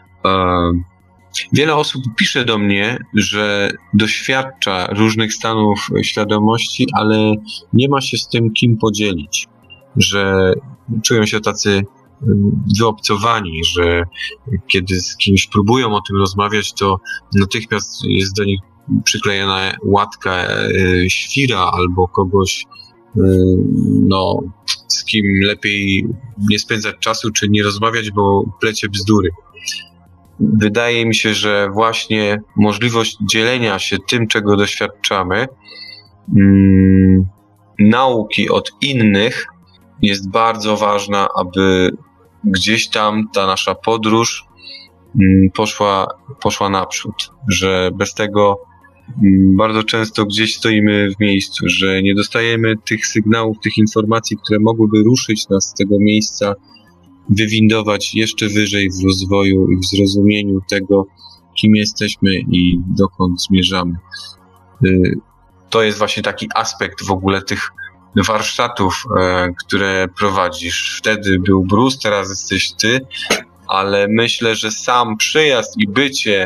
Wiele osób pisze do mnie, że doświadcza różnych stanów świadomości, ale nie ma się z tym kim podzielić, że czują się tacy wyobcowani, że kiedy z kimś próbują o tym rozmawiać, to natychmiast jest do nich przyklejona łatka świra albo kogoś, z kim lepiej nie spędzać czasu, czy nie rozmawiać, bo plecie bzdury. Wydaje mi się, że właśnie możliwość dzielenia się tym, czego doświadczamy, nauki od innych jest bardzo ważna, aby gdzieś tam ta nasza podróż poszła naprzód, że bez tego bardzo często gdzieś stoimy w miejscu, że nie dostajemy tych sygnałów, tych informacji, które mogłyby ruszyć nas z tego miejsca, wywindować jeszcze wyżej w rozwoju i w zrozumieniu tego, kim jesteśmy i dokąd zmierzamy. To jest właśnie taki aspekt w ogóle tych warsztatów, które prowadzisz. Wtedy był Bruce, teraz jesteś ty, ale myślę, że sam przyjazd i bycie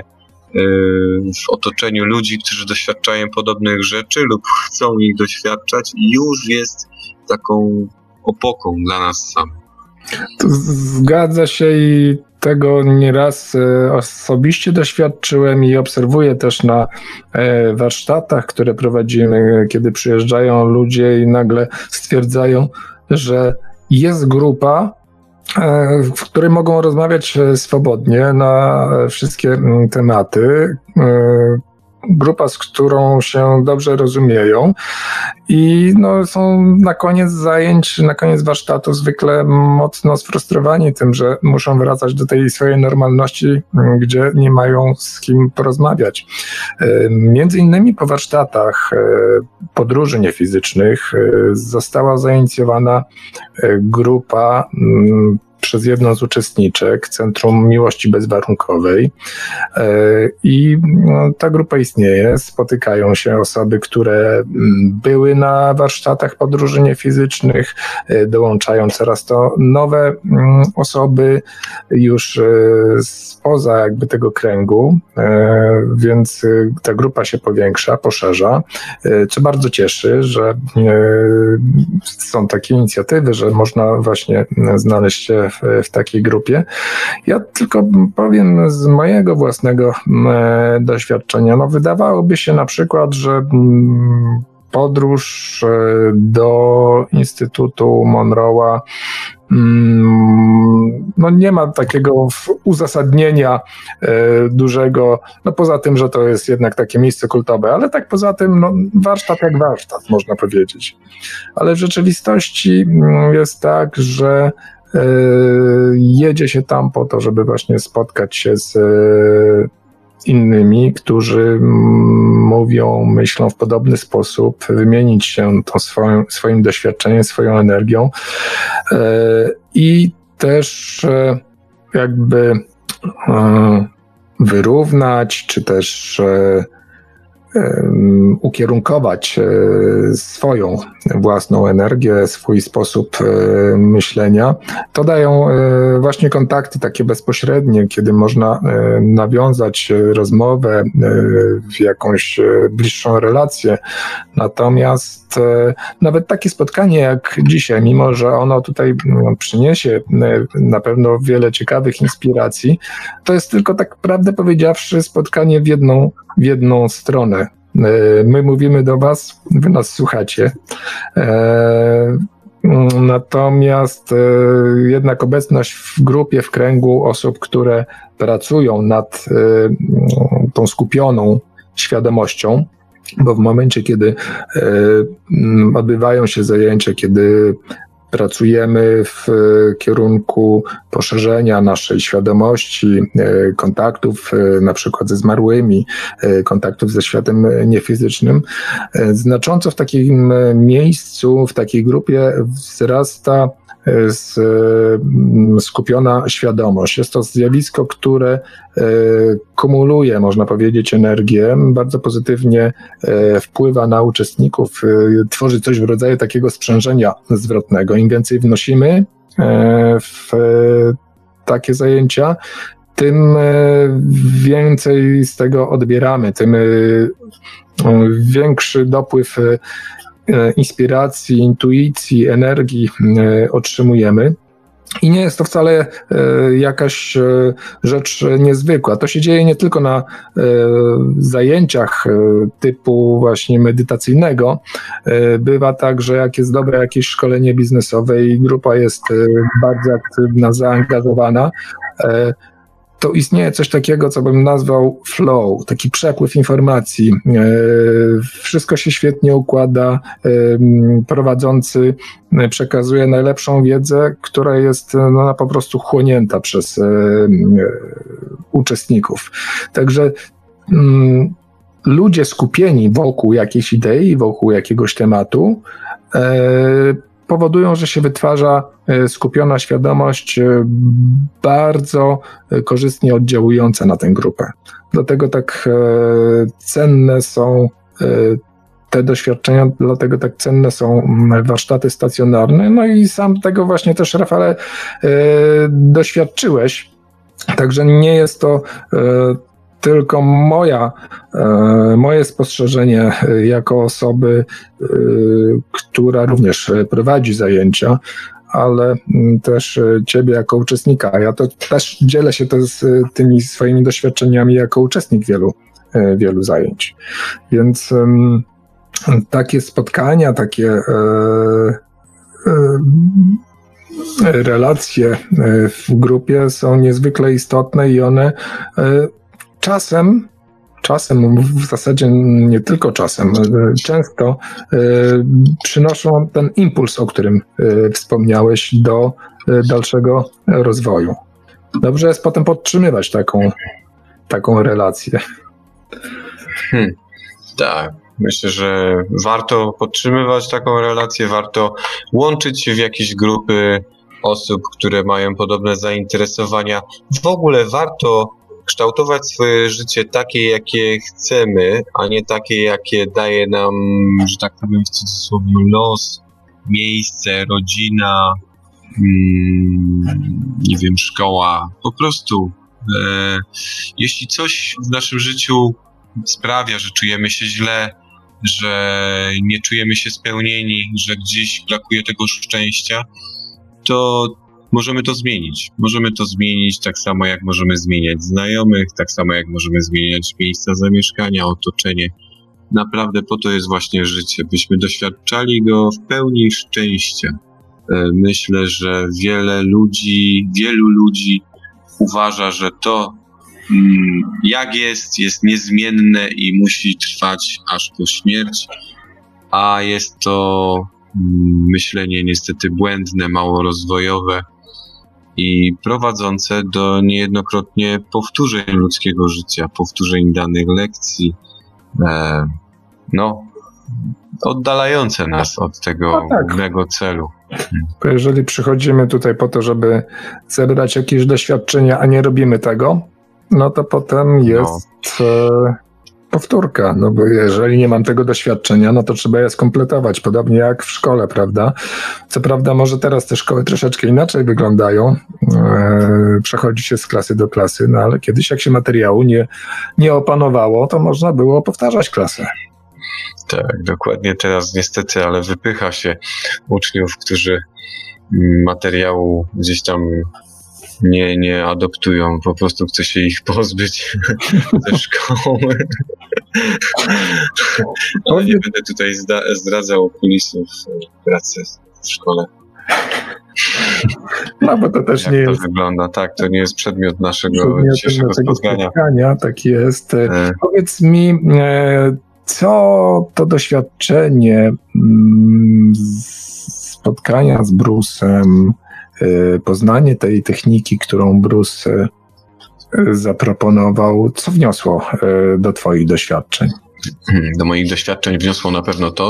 w otoczeniu ludzi, którzy doświadczają podobnych rzeczy lub chcą ich doświadczać, już jest taką opoką dla nas samych. Zgadza się i tego nieraz osobiście doświadczyłem i obserwuję też na warsztatach, które prowadzimy, kiedy przyjeżdżają ludzie i nagle stwierdzają, że jest grupa, w której mogą rozmawiać swobodnie na wszystkie tematy. Grupa, z którą się dobrze rozumieją i są na koniec zajęć, na koniec warsztatu zwykle mocno sfrustrowani tym, że muszą wracać do tej swojej normalności, gdzie nie mają z kim porozmawiać. Między innymi po warsztatach podróży niefizycznych została zainicjowana grupa przez jedną z uczestniczek Centrum Miłości Bezwarunkowej i ta grupa istnieje, spotykają się osoby, które były na warsztatach podróży niefizycznych, dołączają coraz to nowe osoby już spoza jakby tego kręgu, więc ta grupa się powiększa, poszerza, co bardzo cieszy, że są takie inicjatywy, że można właśnie znaleźć się w takiej grupie. Ja tylko powiem z mojego własnego doświadczenia. Wydawałoby się na przykład, że podróż do Instytutu Monroe'a nie ma takiego uzasadnienia dużego, poza tym, że to jest jednak takie miejsce kultowe, ale tak poza tym warsztat jak warsztat, można powiedzieć. Ale w rzeczywistości jest tak, że jedzie się tam po to, żeby właśnie spotkać się z innymi, którzy mówią, myślą w podobny sposób, wymienić się swoim doświadczeniem, swoją energią i też jakby wyrównać, czy też ukierunkować swoją własną energię, swój sposób myślenia. To dają właśnie kontakty takie bezpośrednie, kiedy można nawiązać rozmowę, w jakąś bliższą relację. Natomiast nawet takie spotkanie jak dzisiaj, mimo że ono tutaj przyniesie na pewno wiele ciekawych inspiracji, to jest tylko, tak prawdę powiedziawszy, spotkanie w jedną stronę. My mówimy do was, wy nas słuchacie. Natomiast jednak obecność w grupie, w kręgu osób, które pracują nad tą skupioną świadomością, bo w momencie, kiedy odbywają się zajęcia, kiedy pracujemy w kierunku poszerzenia naszej świadomości, kontaktów na przykład ze zmarłymi, kontaktów ze światem niefizycznym, znacząco w takim miejscu, w takiej grupie wzrasta skupiona świadomość. Jest to zjawisko, które kumuluje, można powiedzieć, energię, bardzo pozytywnie wpływa na uczestników, tworzy coś w rodzaju takiego sprzężenia zwrotnego. Im więcej wnosimy w takie zajęcia, tym więcej z tego odbieramy, tym większy dopływ inspiracji, intuicji, energii otrzymujemy. I nie jest to wcale jakaś rzecz niezwykła. To się dzieje nie tylko na zajęciach typu właśnie medytacyjnego. Bywa tak, że jak jest dobre jakieś szkolenie biznesowe i grupa jest bardzo aktywna, zaangażowana, to istnieje coś takiego, co bym nazwał flow, taki przepływ informacji. Wszystko się świetnie układa, prowadzący przekazuje najlepszą wiedzę, która jest po prostu chłonięta przez uczestników. Także ludzie skupieni wokół jakiejś idei, wokół jakiegoś tematu, powodują, że się wytwarza skupiona świadomość bardzo korzystnie oddziałująca na tę grupę. Dlatego tak cenne są te doświadczenia, dlatego tak cenne są warsztaty stacjonarne. No i sam tego właśnie też, Rafale, doświadczyłeś. Także nie jest to tylko moje spostrzeżenie jako osoby, która również prowadzi zajęcia, ale też ciebie jako uczestnika. Ja to też dzielę się z tymi swoimi doświadczeniami jako uczestnik wielu zajęć. Więc takie spotkania, takie relacje w grupie są niezwykle istotne i one czasem, w zasadzie nie tylko czasem, często przynoszą ten impuls, o którym wspomniałeś, do dalszego rozwoju. Dobrze jest potem podtrzymywać taką relację. Tak, myślę, że warto podtrzymywać taką relację, warto łączyć się w jakieś grupy osób, które mają podobne zainteresowania. W ogóle warto kształtować swoje życie takie, jakie chcemy, a nie takie, jakie daje nam, że tak powiem w cudzysłowie, los, miejsce, rodzina, nie wiem, szkoła. Po prostu jeśli coś w naszym życiu sprawia, że czujemy się źle, że nie czujemy się spełnieni, że gdzieś brakuje tego szczęścia, to możemy to zmienić. Możemy to zmienić tak samo, jak możemy zmieniać znajomych, tak samo jak możemy zmieniać miejsca zamieszkania, otoczenie. Naprawdę po to jest właśnie życie, byśmy doświadczali go w pełni szczęścia. Myślę, że wielu ludzi uważa, że to jak jest niezmienne i musi trwać aż po śmierć, a jest to myślenie niestety błędne, mało rozwojowe i prowadzące do niejednokrotnie powtórzeń ludzkiego życia, powtórzeń danych lekcji, oddalające nas od tego głównego celu. Bo jeżeli przychodzimy tutaj po to, żeby zebrać jakieś doświadczenia, a nie robimy tego, no to potem jest powtórka, no bo jeżeli nie mam tego doświadczenia, no to trzeba je skompletować, podobnie jak w szkole, prawda? Co prawda może teraz te szkoły troszeczkę inaczej wyglądają, przechodzi się z klasy do klasy, no ale kiedyś jak się materiału nie opanowało, to można było powtarzać klasę. Tak, dokładnie teraz niestety, ale wypycha się uczniów, którzy materiału gdzieś tam nie adoptują, po prostu chce się ich pozbyć ze szkoły. Ale nie będę tutaj zdradzał kulisów pracy w szkole. No bo to też jak nie to jest... wygląda, tak, to nie jest przedmiot naszego dzisiejszego spotkania. Tak jest. Powiedz mi, co to doświadczenie spotkania z Bruce'em, poznanie tej techniki, którą Bruce zaproponował, co wniosło do twoich doświadczeń? Do moich doświadczeń wniosło na pewno to,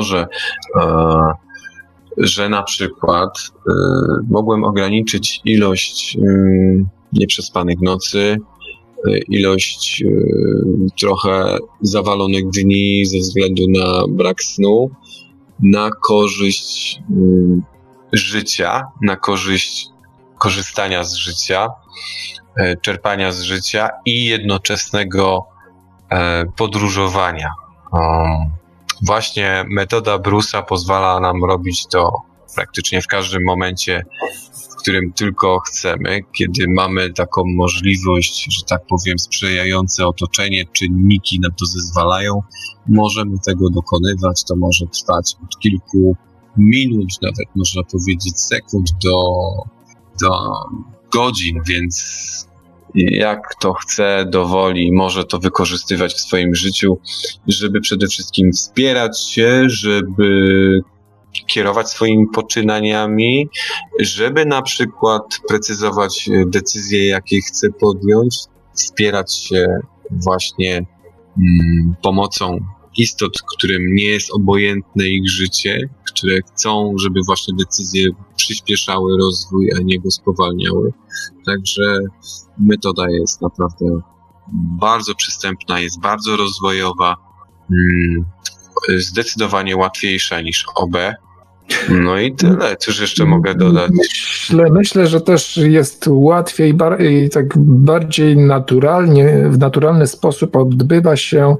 że na przykład mogłem ograniczyć ilość nieprzespanych nocy, ilość trochę zawalonych dni ze względu na brak snu, na korzyść życia, na korzyść korzystania z życia, czerpania z życia i jednoczesnego podróżowania. Właśnie metoda Bruce'a pozwala nam robić to praktycznie w każdym momencie, w którym tylko chcemy, kiedy mamy taką możliwość, że tak powiem, sprzyjające otoczenie, czynniki nam to zezwalają, możemy tego dokonywać. To może trwać od kilku minut, nawet można powiedzieć sekund do godzin, więc jak to chce, dowoli, może to wykorzystywać w swoim życiu, żeby przede wszystkim wspierać się, żeby kierować swoimi poczynaniami, żeby na przykład precyzować decyzje, jakie chce podjąć, wspierać się właśnie pomocą istot, którym nie jest obojętne ich życie, które chcą, żeby właśnie decyzje przyspieszały rozwój, a nie go spowalniały. Także metoda jest naprawdę bardzo przystępna, jest bardzo rozwojowa, zdecydowanie łatwiejsza niż OB. No i tyle. Cóż jeszcze mogę dodać? Myślę, że też jest łatwiej i tak bardziej naturalnie, w naturalny sposób odbywa się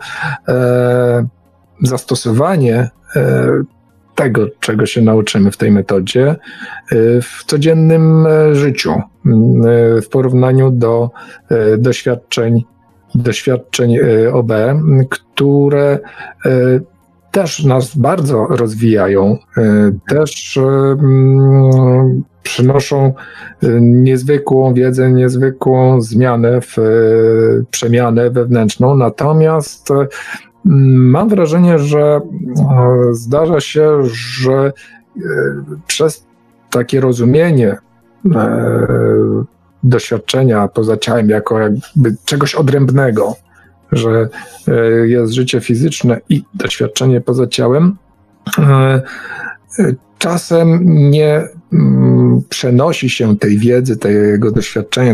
zastosowanie tego, czego się nauczymy w tej metodzie w codziennym życiu w porównaniu do doświadczeń OB, które też nas bardzo rozwijają, też przynoszą niezwykłą wiedzę, niezwykłą zmianę, przemianę wewnętrzną. Natomiast mam wrażenie, że zdarza się, że przez takie rozumienie doświadczenia poza ciałem jako jakby czegoś odrębnego, że jest życie fizyczne i doświadczenie poza ciałem, czasem nie przenosi się tej wiedzy, tego doświadczenia,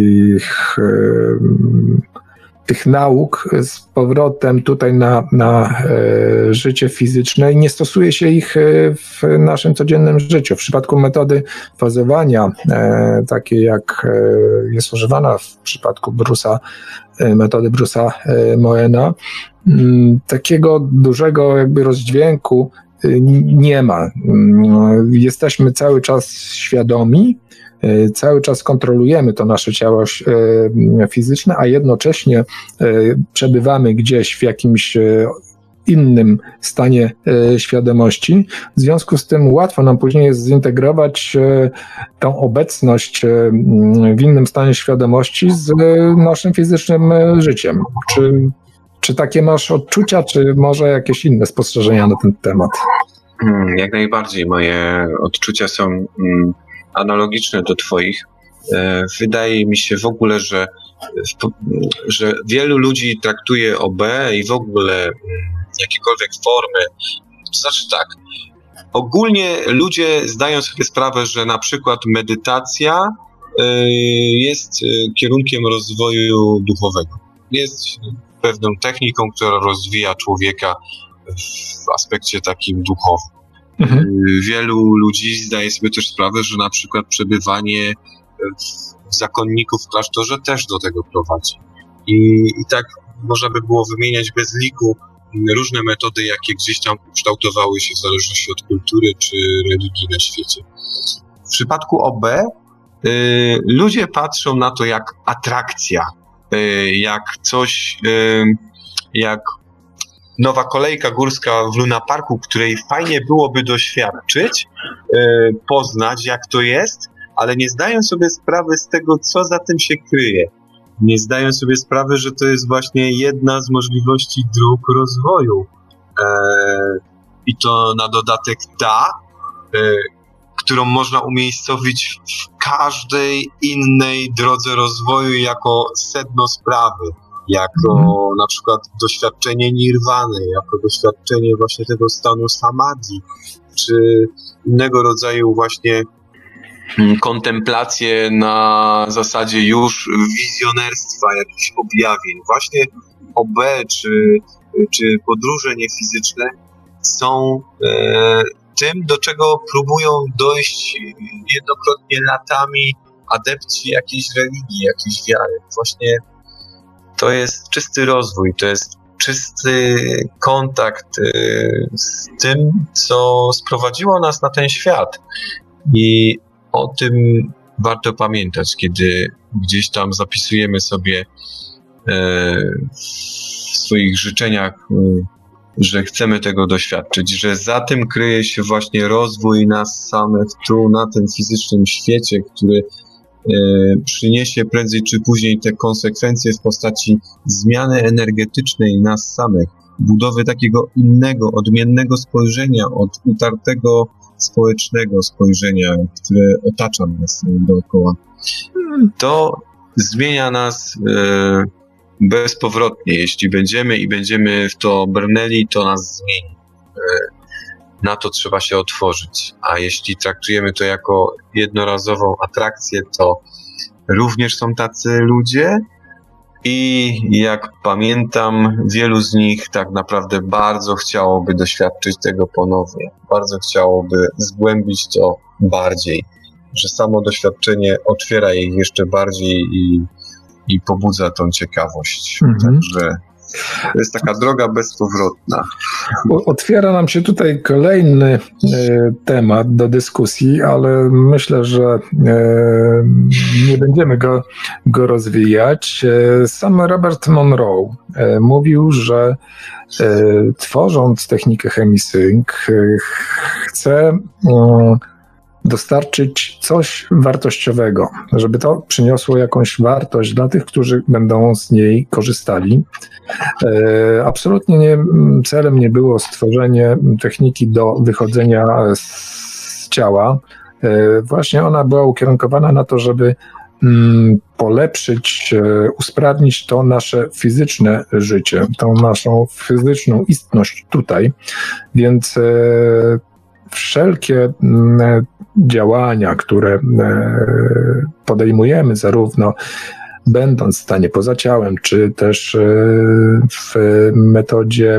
tych nauk z powrotem tutaj na życie fizyczne i nie stosuje się ich w naszym codziennym życiu. W przypadku metody fazowania, takiej jak jest używana w przypadku metody Bruce'a Moena, takiego dużego jakby rozdźwięku nie ma. Jesteśmy cały czas świadomi, cały czas kontrolujemy to nasze ciało fizyczne, a jednocześnie przebywamy gdzieś w jakimś innym stanie świadomości. W związku z tym łatwo nam później jest zintegrować tą obecność w innym stanie świadomości z naszym fizycznym życiem. Czy takie masz odczucia, czy może jakieś inne spostrzeżenia na ten temat? Jak najbardziej. Moje odczucia są analogiczne do twoich. Wydaje mi się w ogóle, że wielu ludzi traktuje OB i w ogóle jakiekolwiek formy. To znaczy tak, ogólnie ludzie zdają sobie sprawę, że na przykład medytacja jest kierunkiem rozwoju duchowego. Jest pewną techniką, która rozwija człowieka w aspekcie takim duchowym. Wielu ludzi zdaje sobie też sprawę, że na przykład przebywanie zakonników w klasztorze też do tego prowadzi. I tak można by było wymieniać bez liku różne metody, jakie gdzieś tam kształtowały się w zależności od kultury czy religii na świecie. W przypadku OB ludzie patrzą na to jak atrakcja, jak coś, jak nowa kolejka górska w Luna Parku, której fajnie byłoby doświadczyć, poznać jak to jest, ale nie zdają sobie sprawy z tego, co za tym się kryje. Nie zdają sobie sprawy, że to jest właśnie jedna z możliwości dróg rozwoju. I to na dodatek którą można umiejscowić w każdej innej drodze rozwoju jako sedno sprawy. Jako na przykład doświadczenie nirwany, jako doświadczenie właśnie tego stanu samadhi, czy innego rodzaju właśnie kontemplacje na zasadzie już wizjonerstwa, jakichś objawień. Właśnie OB czy podróże niefizyczne są tym, do czego próbują dojść jednokrotnie latami adepci jakiejś religii, jakiejś wiary. Właśnie to jest czysty rozwój, to jest czysty kontakt z tym, co sprowadziło nas na ten świat. I o tym warto pamiętać, kiedy gdzieś tam zapisujemy sobie w swoich życzeniach, że chcemy tego doświadczyć, że za tym kryje się właśnie rozwój nas samych tu, na tym fizycznym świecie, który przyniesie prędzej czy później te konsekwencje w postaci zmiany energetycznej nas samych, budowy takiego innego, odmiennego spojrzenia od utartego społecznego spojrzenia, które otacza nas dookoła. To zmienia nas bezpowrotnie. Jeśli będziemy w to brnęli, to nas zmieni. Na to trzeba się otworzyć. A jeśli traktujemy to jako jednorazową atrakcję, to również są tacy ludzie, I jak pamiętam, wielu z nich tak naprawdę bardzo chciałoby doświadczyć tego ponownie. Bardzo chciałoby zgłębić to bardziej, że samo doświadczenie otwiera je jeszcze bardziej i pobudza tą ciekawość. Także to jest taka droga bezpowrotna. Otwiera nam się tutaj kolejny temat do dyskusji, ale myślę, że nie będziemy go rozwijać. Sam Robert Monroe mówił, że tworząc technikę ChemiSync chce dostarczyć coś wartościowego, żeby to przyniosło jakąś wartość dla tych, którzy będą z niej korzystali. Absolutnie celem nie było stworzenie techniki do wychodzenia z ciała. Właśnie ona była ukierunkowana na to, żeby polepszyć, usprawnić to nasze fizyczne życie, tą naszą fizyczną istność tutaj, więc wszelkie działania, które podejmujemy, zarówno będąc w stanie poza ciałem, czy też w metodzie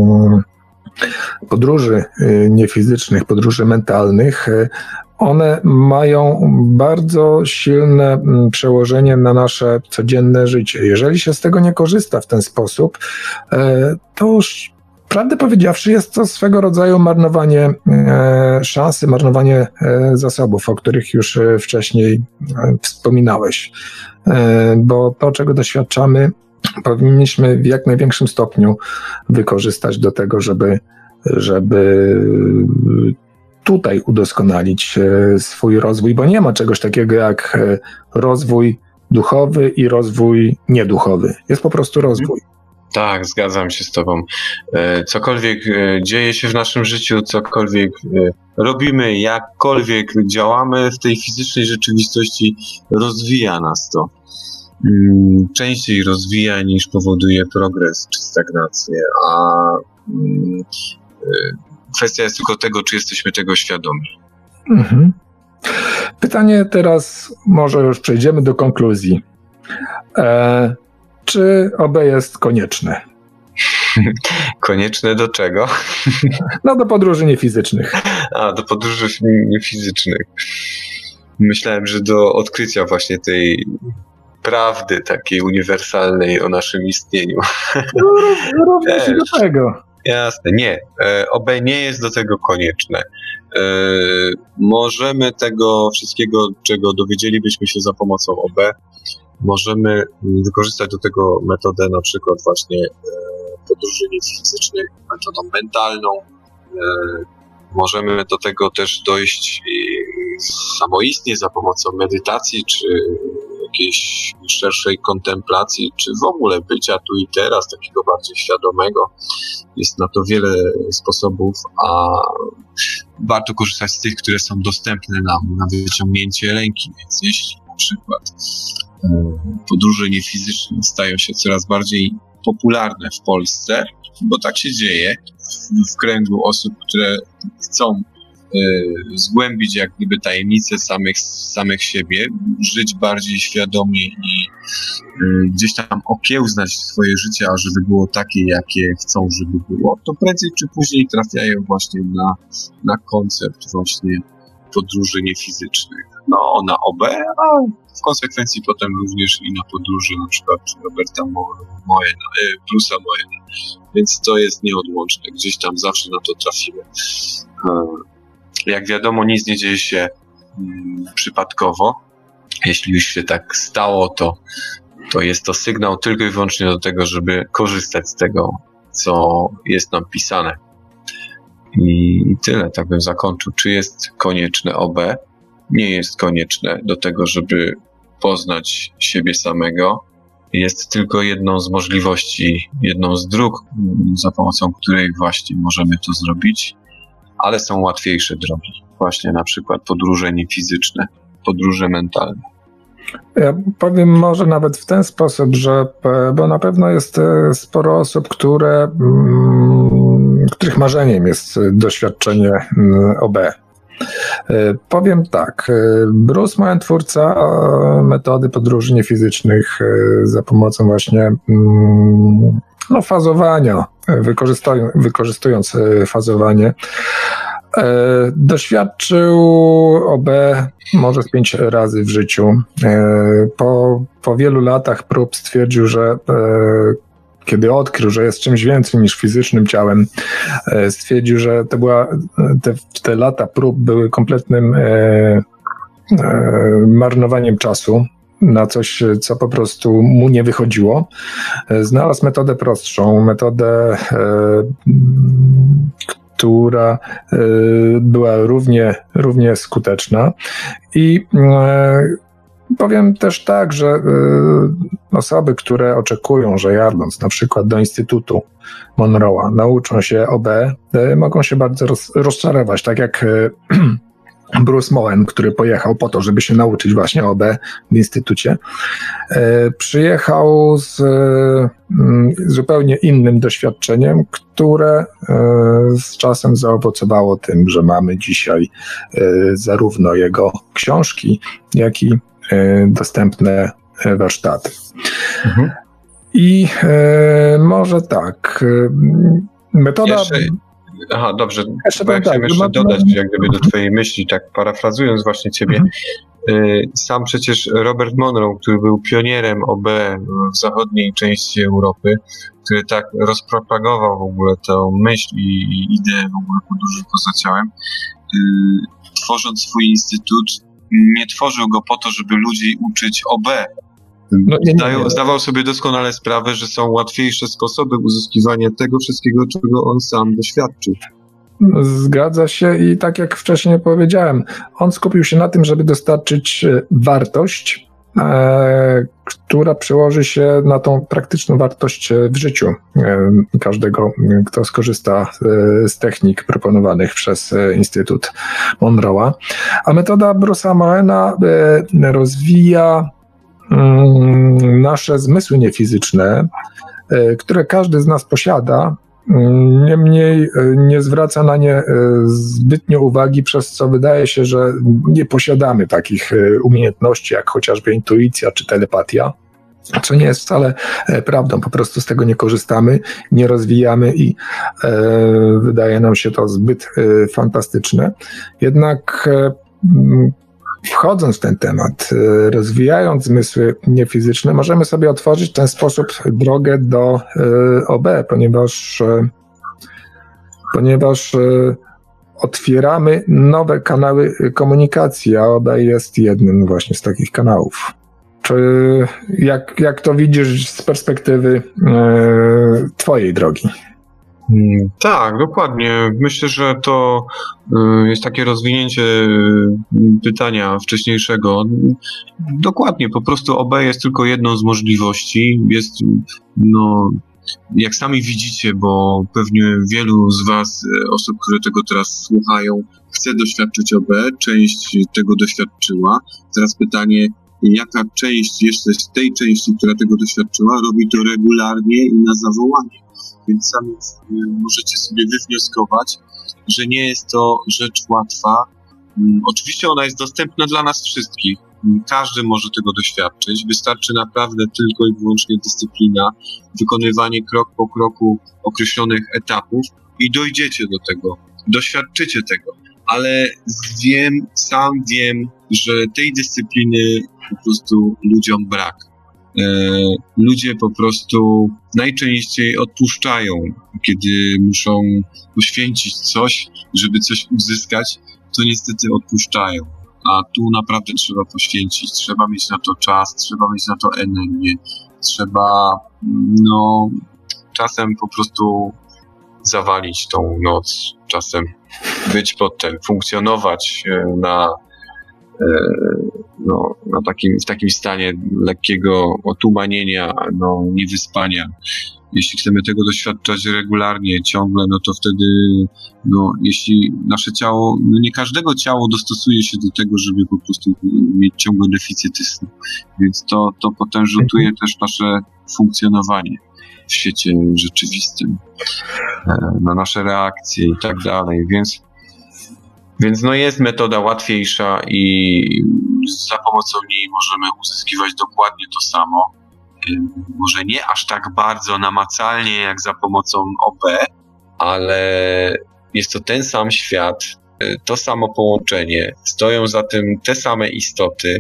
podróży niefizycznych, podróży mentalnych, one mają bardzo silne przełożenie na nasze codzienne życie. Jeżeli się z tego nie korzysta w ten sposób, to już prawdę powiedziawszy, jest to swego rodzaju marnowanie szansy, marnowanie zasobów, o których już wcześniej wspominałeś. Bo to, czego doświadczamy, powinniśmy w jak największym stopniu wykorzystać do tego, żeby tutaj udoskonalić swój rozwój, bo nie ma czegoś takiego jak rozwój duchowy i rozwój nieduchowy. Jest po prostu rozwój. Tak, zgadzam się z tobą. Cokolwiek dzieje się w naszym życiu, cokolwiek robimy, jakkolwiek działamy w tej fizycznej rzeczywistości, rozwija nas to. Częściej rozwija niż powoduje progres czy stagnację, a kwestia jest tylko tego, czy jesteśmy tego świadomi. Mhm. Pytanie teraz, może już przejdziemy do konkluzji. Czy OB jest konieczne? Konieczne do czego? No do podróży niefizycznych. A, do podróży niefizycznych. Myślałem, że do odkrycia właśnie tej prawdy takiej uniwersalnej o naszym istnieniu. No, również do tego. Jasne, nie. OB nie jest do tego konieczne. Możemy tego wszystkiego, czego dowiedzielibyśmy się za pomocą OB, możemy wykorzystać do tego metodę na przykład właśnie podróży niefizycznych, metodą mentalną. Możemy do tego też dojść samoistnie za pomocą medytacji, czy jakiejś szerszej kontemplacji, czy w ogóle bycia tu i teraz, takiego bardziej świadomego. Jest na to wiele sposobów, a warto korzystać z tych, które są dostępne nam na wyciągnięcie ręki. Więc jeśli na przykład podróże niefizyczne stają się coraz bardziej popularne w Polsce, bo tak się dzieje w kręgu osób, które chcą zgłębić jak gdyby tajemnice samych siebie, żyć bardziej świadomie i gdzieś tam okiełznać swoje życie, ażeby było takie, jakie chcą, żeby było, to prędzej czy później trafiają właśnie na koncept właśnie podróży niefizycznych. No, na OB, a w konsekwencji potem również i na podróży na przykład Roberta Moyena, Bruce'a Moyena. Więc to jest nieodłączne. Gdzieś tam zawsze na to trafimy. Jak wiadomo, nic nie dzieje się przypadkowo. Jeśli już się tak stało, to jest to sygnał tylko i wyłącznie do tego, żeby korzystać z tego, co jest nam pisane. I tyle, tak bym zakończył. Czy jest konieczne OB? Nie jest konieczne do tego, żeby poznać siebie samego. Jest tylko jedną z możliwości, jedną z dróg, za pomocą której właśnie możemy to zrobić, ale są łatwiejsze drogi. Właśnie na przykład podróże niefizyczne, podróże mentalne. Ja powiem może nawet w ten sposób, że bo na pewno jest sporo osób, których marzeniem jest doświadczenie OB. Powiem tak, Bruce Moen, twórca metody podróży niefizycznych za pomocą właśnie fazowania, wykorzystując fazowanie, doświadczył OB może z 5 razy w życiu. Po wielu latach prób stwierdził, że kiedy odkrył, że jest czymś więcej niż fizycznym ciałem, stwierdził, że te lata prób były kompletnym marnowaniem czasu na coś, co po prostu mu nie wychodziło. Znalazł metodę prostszą, metodę, która była równie skuteczna i powiem też tak, że osoby, które oczekują, że jadąc na przykład do Instytutu Monroe'a nauczą się OB, mogą się bardzo rozczarować, tak jak Bruce Moen, który pojechał po to, żeby się nauczyć właśnie OB w instytucie, przyjechał z zupełnie innym doświadczeniem, które z czasem zaowocowało tym, że mamy dzisiaj zarówno jego książki, jak i dostępne warsztaty. Mhm. I może tak, metoda... Dobrze, bo ja chciałem jeszcze dodać jak gdyby do twojej myśli, tak parafrazując właśnie ciebie, sam przecież Robert Monroe, który był pionierem OB w zachodniej części Europy, który tak rozpropagował w ogóle tę myśl i ideę w ogóle podróży poza ciałem, tworząc swój instytut, nie tworzył go po to, żeby ludzi uczyć OB. Zdawał sobie doskonale sprawę, że są łatwiejsze sposoby uzyskiwania tego wszystkiego, czego on sam doświadczył. Zgadza się i tak jak wcześniej powiedziałem, on skupił się na tym, żeby dostarczyć wartość, która przełoży się na tą praktyczną wartość w życiu każdego, kto skorzysta z technik proponowanych przez Instytut Monroe'a. A metoda Bruce'a Moena rozwija nasze zmysły niefizyczne, które każdy z nas posiada, niemniej nie zwraca na nie zbytnio uwagi, przez co wydaje się, że nie posiadamy takich umiejętności jak chociażby intuicja czy telepatia, co nie jest wcale prawdą, po prostu z tego nie korzystamy, nie rozwijamy i wydaje nam się to zbyt fantastyczne. Jednak wchodząc w ten temat, rozwijając zmysły niefizyczne, możemy sobie otworzyć w ten sposób drogę do OB, ponieważ otwieramy nowe kanały komunikacji, a OB jest jednym właśnie z takich kanałów. Czy jak to widzisz z perspektywy twojej drogi? Tak, dokładnie. Myślę, że to jest takie rozwinięcie pytania wcześniejszego. Dokładnie, po prostu OB jest tylko jedną z możliwości. Jest, jak sami widzicie, bo pewnie wielu z was, osób, które tego teraz słuchają, chce doświadczyć OB, część tego doświadczyła. Teraz pytanie, jaka część jeszcze z tej części, która tego doświadczyła, robi to regularnie i na zawołanie. Więc sami możecie sobie wywnioskować, że nie jest to rzecz łatwa. Oczywiście ona jest dostępna dla nas wszystkich. Każdy może tego doświadczyć. Wystarczy naprawdę tylko i wyłącznie dyscyplina, wykonywanie krok po kroku określonych etapów i dojdziecie do tego, doświadczycie tego. Ale sam wiem, że tej dyscypliny po prostu ludziom brak. Ludzie po prostu najczęściej odpuszczają, kiedy muszą poświęcić coś, żeby coś uzyskać, to niestety odpuszczają. A tu naprawdę trzeba poświęcić, trzeba mieć na to czas, trzeba mieć na to energię, trzeba czasem po prostu zawalić tą noc, czasem być potem, funkcjonować w takim stanie lekkiego otumanienia, niewyspania. Jeśli chcemy tego doświadczać regularnie, ciągle, to wtedy, jeśli nasze ciało, nie każdego ciało dostosuje się do tego, żeby po prostu mieć ciągłe deficyty snu. Więc to potem rzutuje też nasze funkcjonowanie w świecie rzeczywistym, na nasze reakcje i tak dalej. Więc Więc jest metoda łatwiejsza i za pomocą niej możemy uzyskiwać dokładnie to samo. Może nie aż tak bardzo namacalnie jak za pomocą OP, ale jest to ten sam świat, to samo połączenie, stoją za tym te same istoty.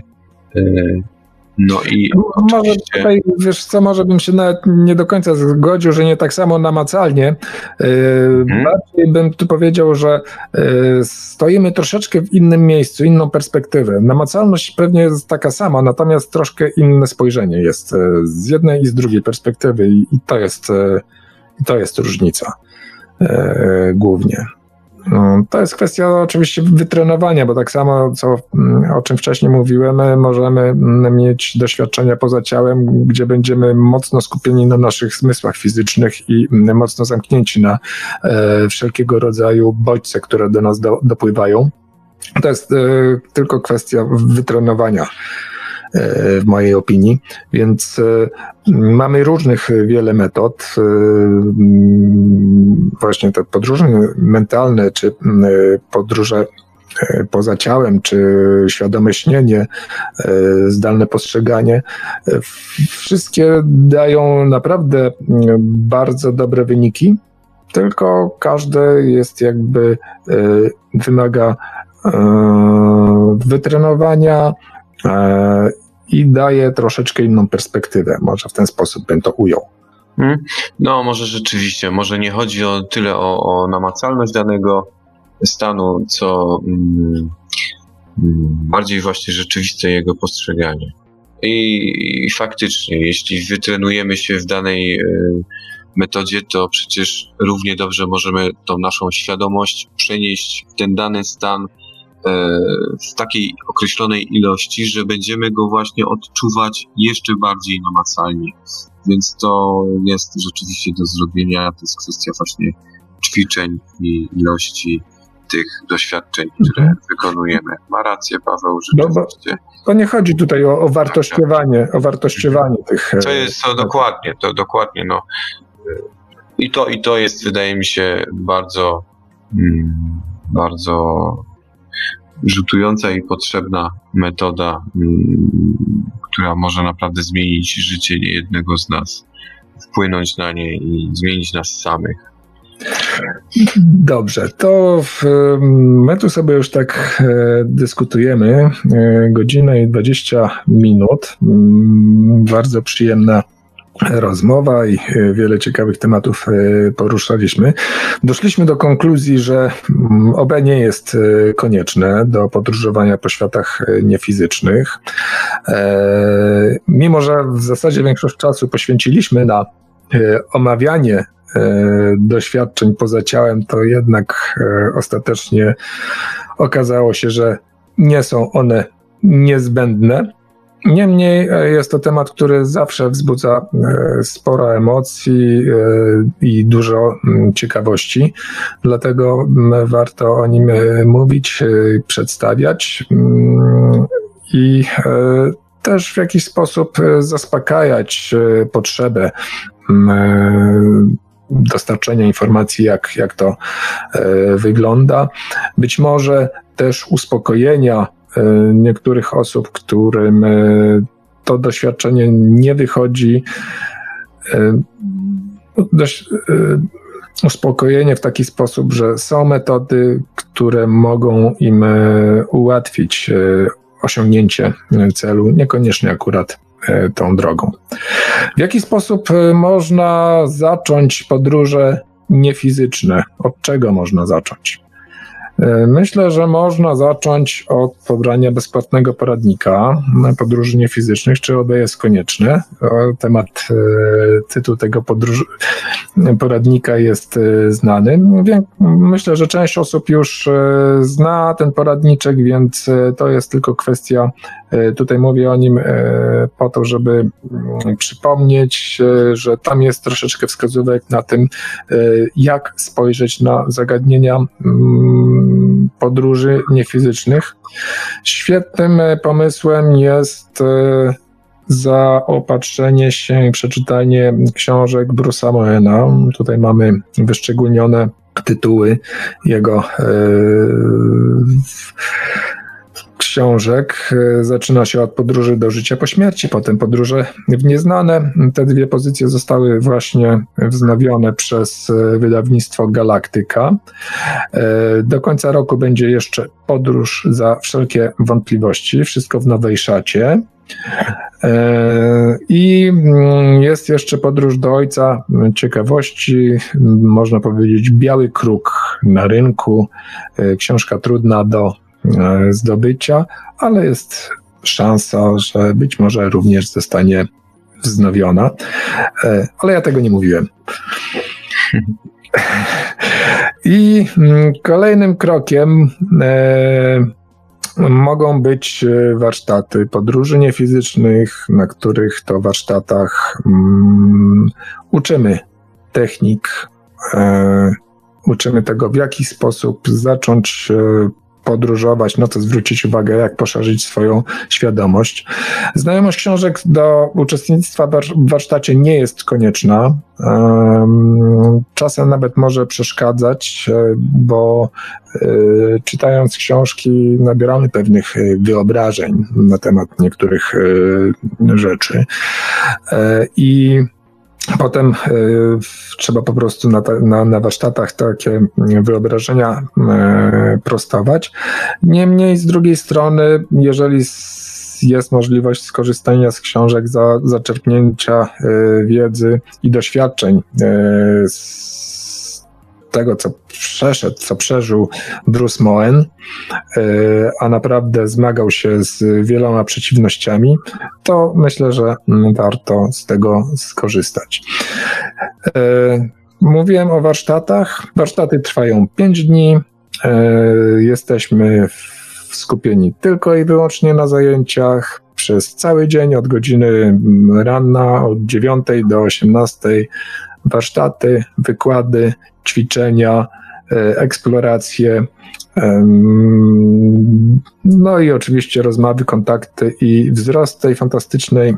I może tutaj, wiesz co, może bym się nawet nie do końca zgodził, że nie tak samo namacalnie. Bardziej bym tu powiedział, że stoimy troszeczkę w innym miejscu, inną perspektywę. Namacalność pewnie jest taka sama, natomiast troszkę inne spojrzenie jest z jednej i z drugiej perspektywy i to jest różnica głównie. To jest kwestia oczywiście wytrenowania, bo tak samo, o czym wcześniej mówiłem, możemy mieć doświadczenia poza ciałem, gdzie będziemy mocno skupieni na naszych zmysłach fizycznych i mocno zamknięci na wszelkiego rodzaju bodźce, które do nas dopływają. To jest tylko kwestia wytrenowania, w mojej opinii, więc mamy różnych wiele metod, właśnie te podróże mentalne, czy podróże poza ciałem, czy świadome śnienie, zdalne postrzeganie, wszystkie dają naprawdę bardzo dobre wyniki, tylko każde jest wymaga wytrenowania i daje troszeczkę inną perspektywę. Może w ten sposób bym to ujął. Może rzeczywiście, może nie chodzi tyle o namacalność danego stanu, co bardziej właśnie rzeczywiste jego postrzeganie. I faktycznie, jeśli wytrenujemy się w danej metodzie, to przecież równie dobrze możemy tą naszą świadomość przenieść w ten dany stan w takiej określonej ilości, że będziemy go właśnie odczuwać jeszcze bardziej namacalnie. Więc to jest rzeczywiście do zrobienia, to jest kwestia właśnie ćwiczeń i ilości tych doświadczeń, które wykonujemy. Ma rację Paweł, rzeczywiście. To nie chodzi tutaj o wartościowanie tych... To jest dokładnie. I to jest, wydaje mi się, bardzo rzutująca i potrzebna metoda, która może naprawdę zmienić życie niejednego z nas, wpłynąć na nie i zmienić nas samych. Dobrze, to my tu sobie już tak dyskutujemy, godzinę i 20 minut, bardzo przyjemna rozmowa i wiele ciekawych tematów poruszaliśmy. Doszliśmy do konkluzji, że OB nie jest konieczne do podróżowania po światach niefizycznych. Mimo że w zasadzie większość czasu poświęciliśmy na omawianie doświadczeń poza ciałem, to jednak ostatecznie okazało się, że nie są one niezbędne. Niemniej jest to temat, który zawsze wzbudza sporo emocji i dużo ciekawości, dlatego warto o nim mówić, przedstawiać i też w jakiś sposób zaspokajać potrzebę dostarczenia informacji, jak to wygląda. Być może też uspokojenia niektórych osób, którym to doświadczenie nie wychodzi, uspokojenie w taki sposób, że są metody, które mogą im ułatwić osiągnięcie celu, niekoniecznie akurat tą drogą. W jaki sposób można zacząć podróże niefizyczne? Od czego można zacząć? Myślę, że można zacząć od pobrania bezpłatnego poradnika podróży niefizycznych, czy OB jest konieczne. Tytuł tego poradnika jest znany. Myślę, że część osób już zna ten poradniczek, więc to jest tylko kwestia, tutaj mówię o nim po to, żeby przypomnieć, że tam jest troszeczkę wskazówek na tym, jak spojrzeć na zagadnienia podróży niefizycznych. Świetnym pomysłem jest zaopatrzenie się i przeczytanie książek Bruce'a Moena. Tutaj mamy wyszczególnione tytuły jego książek. Zaczyna się od podróży do życia po śmierci, potem podróże w nieznane. Te dwie pozycje zostały właśnie wznowione przez wydawnictwo Galaktyka. Do końca roku będzie jeszcze podróż za wszelkie wątpliwości, wszystko w nowej szacie. I jest jeszcze podróż do ojca ciekawości, można powiedzieć Biały Kruk na rynku. Książka trudna do zdobycia, ale jest szansa, że być może również zostanie wznowiona. Ale ja tego nie mówiłem. I kolejnym krokiem mogą być warsztaty podróży niefizycznych, na których to warsztatach uczymy technik, uczymy tego, w jaki sposób zacząć podróżować, na co zwrócić uwagę, jak poszerzyć swoją świadomość. Znajomość książek do uczestnictwa w warsztacie nie jest konieczna. Czasem nawet może przeszkadzać, bo czytając książki nabieramy pewnych wyobrażeń na temat niektórych rzeczy. I potem trzeba po prostu na warsztatach takie wyobrażenia prostować. Niemniej z drugiej strony, jeżeli jest możliwość skorzystania z książek, zaczerpnięcia wiedzy i doświadczeń z tego, co przeszedł, co przeżył Bruce Moen, a naprawdę zmagał się z wieloma przeciwnościami, to myślę, że warto z tego skorzystać. Mówiłem o warsztatach. Warsztaty trwają 5 dni. Jesteśmy skupieni tylko i wyłącznie na zajęciach przez cały dzień, od godziny ranna, od 9 do 18. Warsztaty, wykłady, ćwiczenia, eksploracje, no i oczywiście rozmowy, kontakty i wzrost tej fantastycznej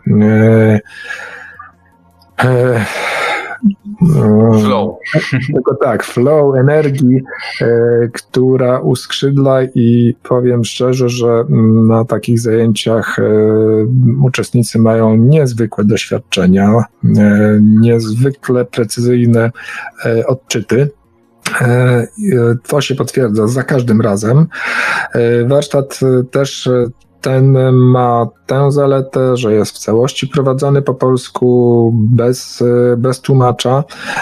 flow energii, która uskrzydla, i powiem szczerze, że na takich zajęciach uczestnicy mają niezwykłe doświadczenia, niezwykle precyzyjne odczyty. To się potwierdza za każdym razem. Warsztat też ten ma tę zaletę, że jest w całości prowadzony po polsku, bez tłumacza.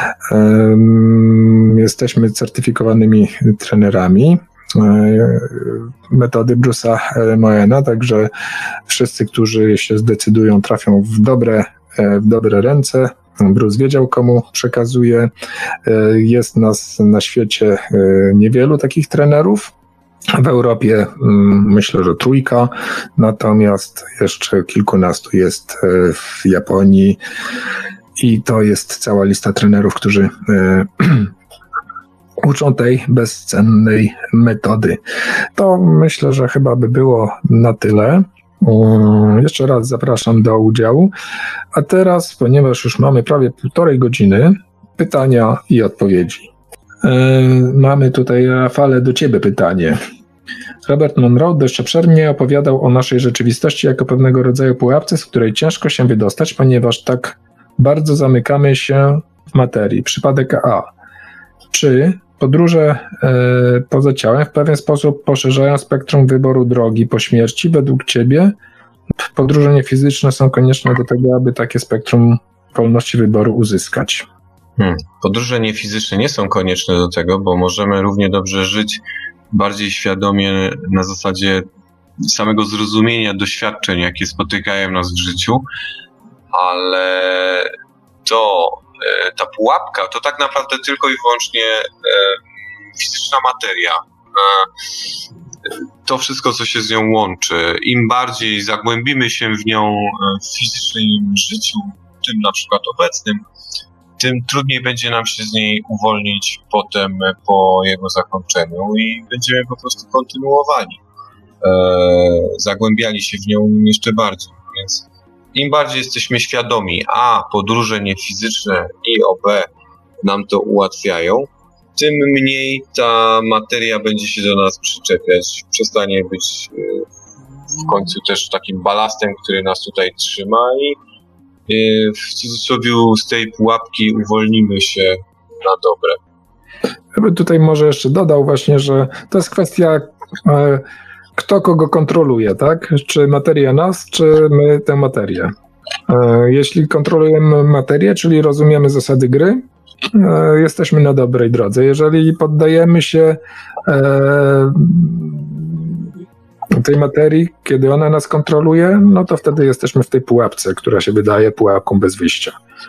Jesteśmy certyfikowanymi trenerami metody Bruce'a Moena, także wszyscy, którzy się zdecydują, trafią w dobre ręce. Bruce wiedział, komu przekazuje. Jest nas na świecie niewielu takich trenerów. W Europie myślę, że 3, natomiast jeszcze kilkunastu jest w Japonii i to jest cała lista trenerów, którzy uczą tej bezcennej metody. To myślę, że chyba by było na tyle. Jeszcze raz zapraszam do udziału. A teraz, ponieważ już mamy prawie 1,5 godziny, pytania i odpowiedzi. Mamy tutaj, Rafale, do ciebie pytanie. Robert Monroe dość obszernie opowiadał o naszej rzeczywistości jako pewnego rodzaju pułapce, z której ciężko się wydostać, ponieważ tak bardzo zamykamy się w materii. Przypadek A. Czy podróże poza ciałem w pewien sposób poszerzają spektrum wyboru drogi po śmierci według ciebie? Podróże niefizyczne są konieczne do tego, aby takie spektrum wolności wyboru uzyskać. Podróże niefizyczne nie są konieczne do tego, bo możemy równie dobrze żyć bardziej świadomie na zasadzie samego zrozumienia doświadczeń, jakie spotykają nas w życiu, ale ta pułapka to tak naprawdę tylko i wyłącznie fizyczna materia. To wszystko, co się z nią łączy. Im bardziej zagłębimy się w nią w fizycznym życiu, tym na przykład obecnym, tym trudniej będzie nam się z niej uwolnić potem po jego zakończeniu i będziemy po prostu kontynuowali. Zagłębiali się w nią jeszcze bardziej. Więc im bardziej jesteśmy świadomi, a podróże niefizyczne i B nam to ułatwiają, tym mniej ta materia będzie się do nas przyczepiać. Przestanie być w końcu też takim balastem, który nas tutaj trzyma i w cudzysłowie z tej pułapki uwolnimy się na dobre. Ja bym tutaj może jeszcze dodał właśnie, że to jest kwestia kto kogo kontroluje, tak? Czy materia nas, czy my tę materię. Jeśli kontrolujemy materię, czyli rozumiemy zasady gry, jesteśmy na dobrej drodze. Jeżeli poddajemy się tej materii, kiedy ona nas kontroluje, no to wtedy jesteśmy w tej pułapce, która się wydaje pułapką bez wyjścia.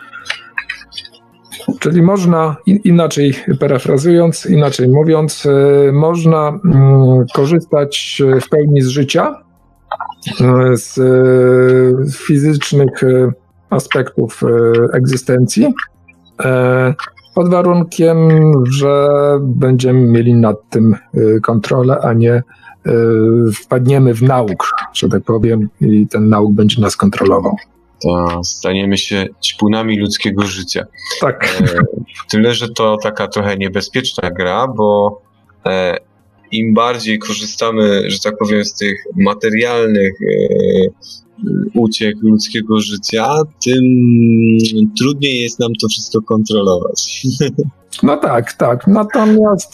Czyli można, inaczej parafrazując, inaczej mówiąc, można korzystać w pełni z życia, z fizycznych aspektów egzystencji, pod warunkiem, że będziemy mieli nad tym kontrolę, a nie wpadniemy w nauk, że tak powiem, i ten nauk będzie nas kontrolował. To staniemy się ćpunami ludzkiego życia. Tak. Tyle, że to taka trochę niebezpieczna gra, bo im bardziej korzystamy, że tak powiem, z tych materialnych uciek ludzkiego życia, tym trudniej jest nam to wszystko kontrolować. No tak. Natomiast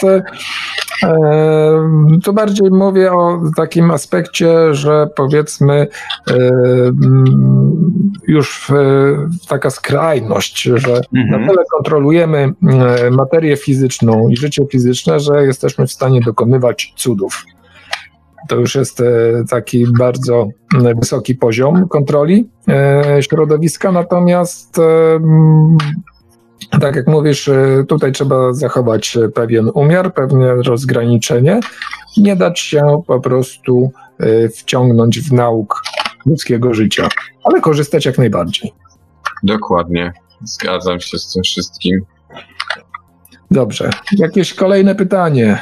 tu bardziej mówię o takim aspekcie, że powiedzmy już taka skrajność, że na tyle kontrolujemy materię fizyczną i życie fizyczne, że jesteśmy w stanie dokonywać cudów. To już jest taki bardzo wysoki poziom kontroli środowiska, natomiast tak jak mówisz, tutaj trzeba zachować pewien umiar, pewne rozgraniczenie, nie dać się po prostu wciągnąć w nauk ludzkiego życia, ale korzystać jak najbardziej. Dokładnie, zgadzam się z tym wszystkim. Dobrze, jakieś kolejne pytanie?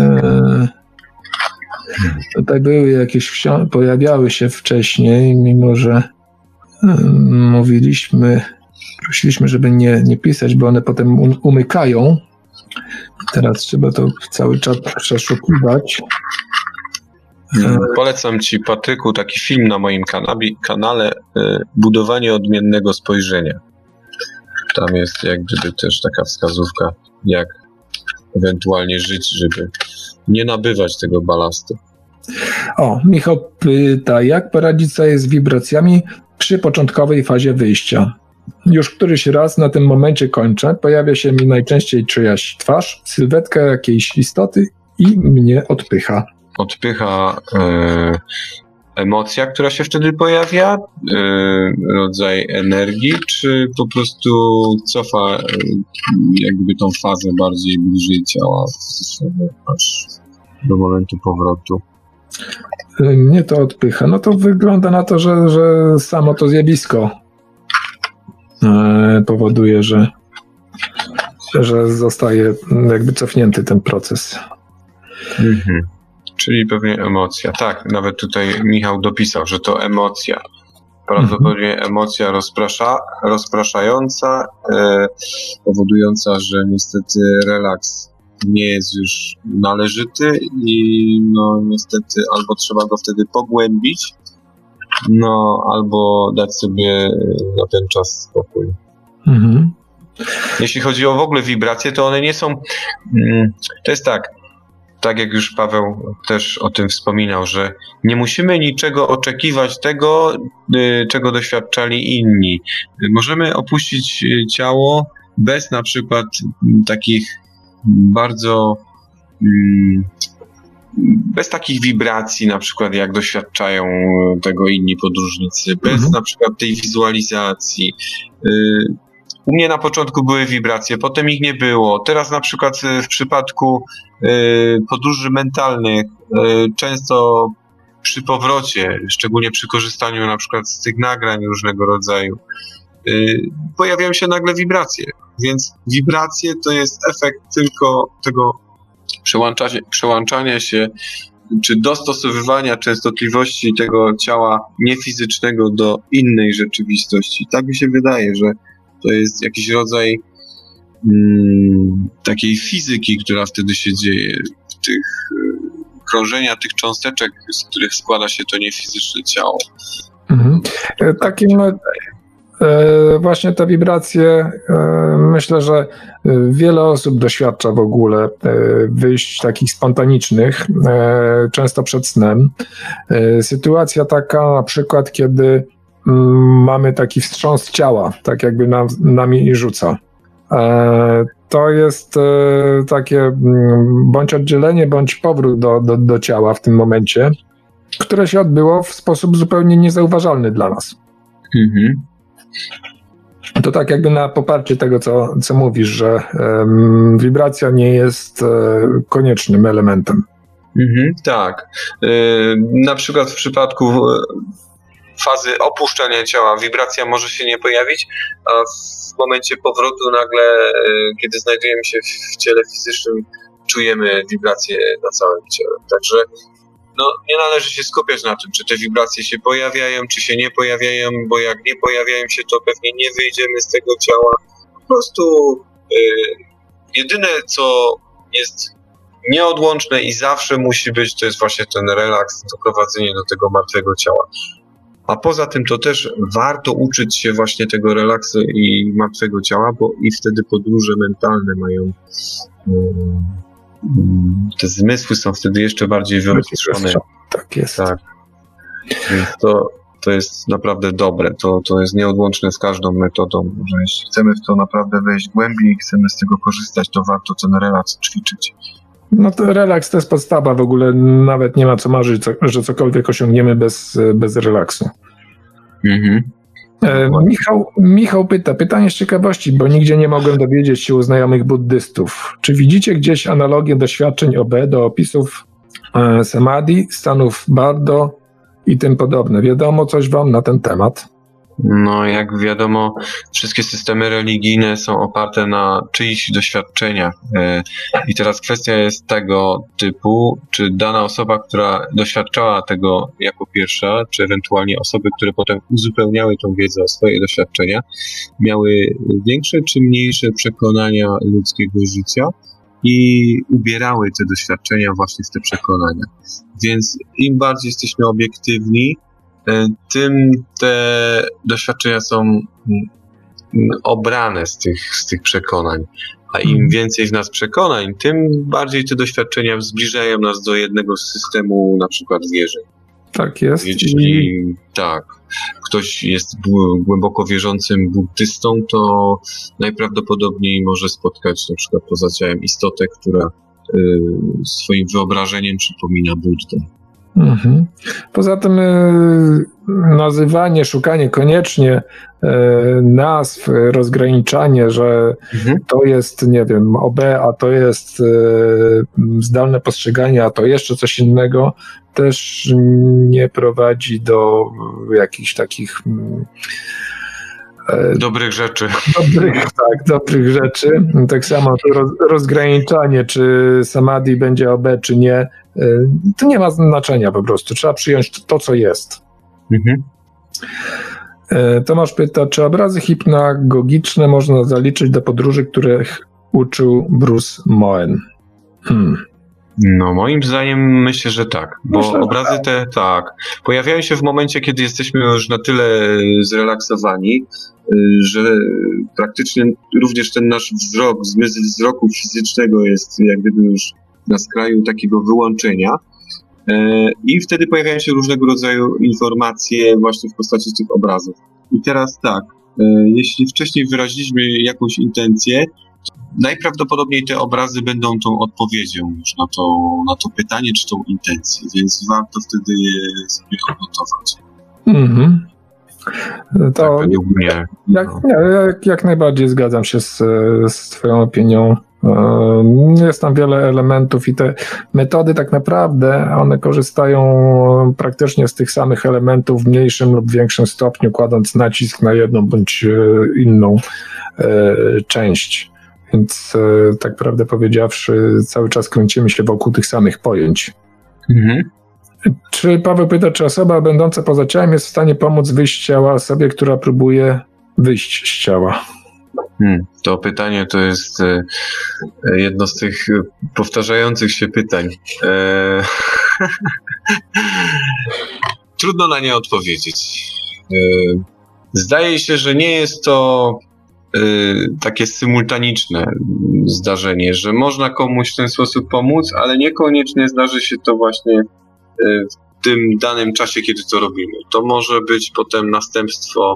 Tutaj były jakieś, pojawiały się wcześniej, mimo że prosiliśmy, żeby nie pisać, bo one potem umykają. Teraz trzeba to cały czas przeszukiwać. Polecam Ci, Patryku, taki film na moim kanale Budowanie odmiennego spojrzenia. Tam jest jak gdyby też taka wskazówka, jak ewentualnie żyć, żeby nie nabywać tego balastu. Michał pyta, jak poradzić sobie z wibracjami przy początkowej fazie wyjścia? Już któryś raz na tym momencie kończę, pojawia się mi najczęściej czyjaś twarz, sylwetka jakiejś istoty i mnie odpycha. Odpycha emocja, która się wtedy pojawia, rodzaj energii, czy po prostu cofa jakby tą fazę bardziej bliżej ciała aż do momentu powrotu? Mnie to odpycha. No to wygląda na to, że samo to zjawisko powoduje, że zostaje jakby cofnięty ten proces. Mhm. Czyli pewnie emocja. Tak, nawet tutaj Michał dopisał, że to emocja. Prawdopodobnie emocja rozpraszająca, powodująca, że niestety relaks nie jest już należyty i no niestety albo trzeba go wtedy pogłębić, no albo dać sobie na ten czas spokój. Mhm. Jeśli chodzi o w ogóle wibracje, to one nie są... To jest tak jak już Paweł też o tym wspominał, że nie musimy niczego oczekiwać tego, czego doświadczali inni. Możemy opuścić ciało bez na przykład takich bardzo... bez takich wibracji, na przykład jak doświadczają tego inni podróżnicy, bez na przykład tej wizualizacji. U mnie na początku były wibracje, potem ich nie było. Teraz na przykład w przypadku podróży mentalnych często przy powrocie, szczególnie przy korzystaniu na przykład z tych nagrań różnego rodzaju, pojawiają się nagle wibracje. Więc wibracje to jest efekt tylko tego przełączania się czy dostosowywania częstotliwości tego ciała niefizycznego do innej rzeczywistości. Tak mi się wydaje, że to jest jakiś rodzaj takiej fizyki, która wtedy się dzieje, tych krążenia tych cząsteczek, z których składa się to niefizyczne ciało. Takim właśnie te wibracje, myślę, że wiele osób doświadcza w ogóle wyjść takich spontanicznych, często przed snem. Sytuacja taka na przykład, kiedy mamy taki wstrząs ciała, tak jakby nami rzuca. To jest takie bądź oddzielenie, bądź powrót do ciała w tym momencie, które się odbyło w sposób zupełnie niezauważalny dla nas. To tak jakby na poparcie tego, co mówisz, że wibracja nie jest koniecznym elementem. Tak. Na przykład w przypadku fazy opuszczania ciała wibracja może się nie pojawić, a w momencie powrotu nagle, kiedy znajdujemy się w ciele fizycznym, czujemy wibracje na całym ciele. Także nie należy się skupiać na tym, czy te wibracje się pojawiają, czy się nie pojawiają, bo jak nie pojawiają się, to pewnie nie wyjdziemy z tego ciała. Po prostu jedyne, co jest nieodłączne i zawsze musi być, to jest właśnie ten relaks, doprowadzenie do tego martwego ciała. A poza tym to też warto uczyć się właśnie tego relaksu i martwego ciała, bo i wtedy podróże mentalne mają... te zmysły są wtedy jeszcze bardziej wyostrzone. Tak jest. Tak. Więc to jest naprawdę dobre. To jest nieodłączne z każdą metodą, że jeśli chcemy w to naprawdę wejść głębiej i chcemy z tego korzystać, to warto ten relaks ćwiczyć. No to relaks to jest podstawa. W ogóle nawet nie ma co marzyć, że cokolwiek osiągniemy bez relaksu. Michał pyta, pytanie z ciekawości, bo nigdzie nie mogłem dowiedzieć się u znajomych buddystów. Czy widzicie gdzieś analogię doświadczeń OB do opisów samadhi, stanów bardo i tym podobne? Wiadomo coś wam na ten temat? No, jak wiadomo, wszystkie systemy religijne są oparte na czyichś doświadczeniach. I teraz kwestia jest tego typu, czy dana osoba, która doświadczała tego jako pierwsza, czy ewentualnie osoby, które potem uzupełniały tą wiedzę o swoje doświadczenia, miały większe czy mniejsze przekonania ludzkiego życia i ubierały te doświadczenia właśnie w te przekonania. Więc im bardziej jesteśmy obiektywni, tym te doświadczenia są obrane z tych przekonań. A im więcej w nas przekonań, tym bardziej te doświadczenia zbliżają nas do jednego systemu, na przykład wierzy. Tak jest. Jeśli ktoś jest głęboko wierzącym buddystą, to najprawdopodobniej może spotkać na przykład poza ciałem istotę, która swoim wyobrażeniem przypomina Buddę. Poza tym nazywanie, szukanie koniecznie nazw, rozgraniczanie, że to jest, nie wiem, OB, a to jest zdalne postrzeganie, a to jeszcze coś innego, też nie prowadzi do jakichś takich dobrych rzeczy. Dobrych rzeczy. Tak samo rozgraniczanie, czy samadhi będzie OB, czy nie, to nie ma znaczenia po prostu. Trzeba przyjąć to, co jest. Tomasz pyta, czy obrazy hipnagogiczne można zaliczyć do podróży, których uczył Bruce Moen? No, moim zdaniem myślę, że tak, bo obrazy te pojawiają się w momencie, kiedy jesteśmy już na tyle zrelaksowani, że praktycznie również ten nasz wzrok, zmysł wzroku fizycznego jest jak gdyby już na skraju takiego wyłączenia i wtedy pojawiają się różnego rodzaju informacje właśnie w postaci tych obrazów. I teraz jeśli wcześniej wyraziliśmy jakąś intencję, najprawdopodobniej te obrazy będą tą odpowiedzią już na to pytanie czy tą intencję, więc warto wtedy je sobie odnotować. To jak najbardziej zgadzam się z twoją opinią. Jest tam wiele elementów i te metody tak naprawdę, one korzystają praktycznie z tych samych elementów w mniejszym lub większym stopniu, kładąc nacisk na jedną bądź inną część. Więc tak prawdę powiedziawszy, cały czas kręcimy się wokół tych samych pojęć. Czy Paweł pyta, czy osoba będąca poza ciałem jest w stanie pomóc wyjść z ciała osobie, która próbuje wyjść z ciała? To pytanie to jest jedno z tych powtarzających się pytań. Trudno na nie odpowiedzieć. Zdaje się, że nie jest to takie symultaniczne zdarzenie, że można komuś w ten sposób pomóc, ale niekoniecznie zdarzy się to właśnie w tym danym czasie, kiedy to robimy. To może być potem następstwo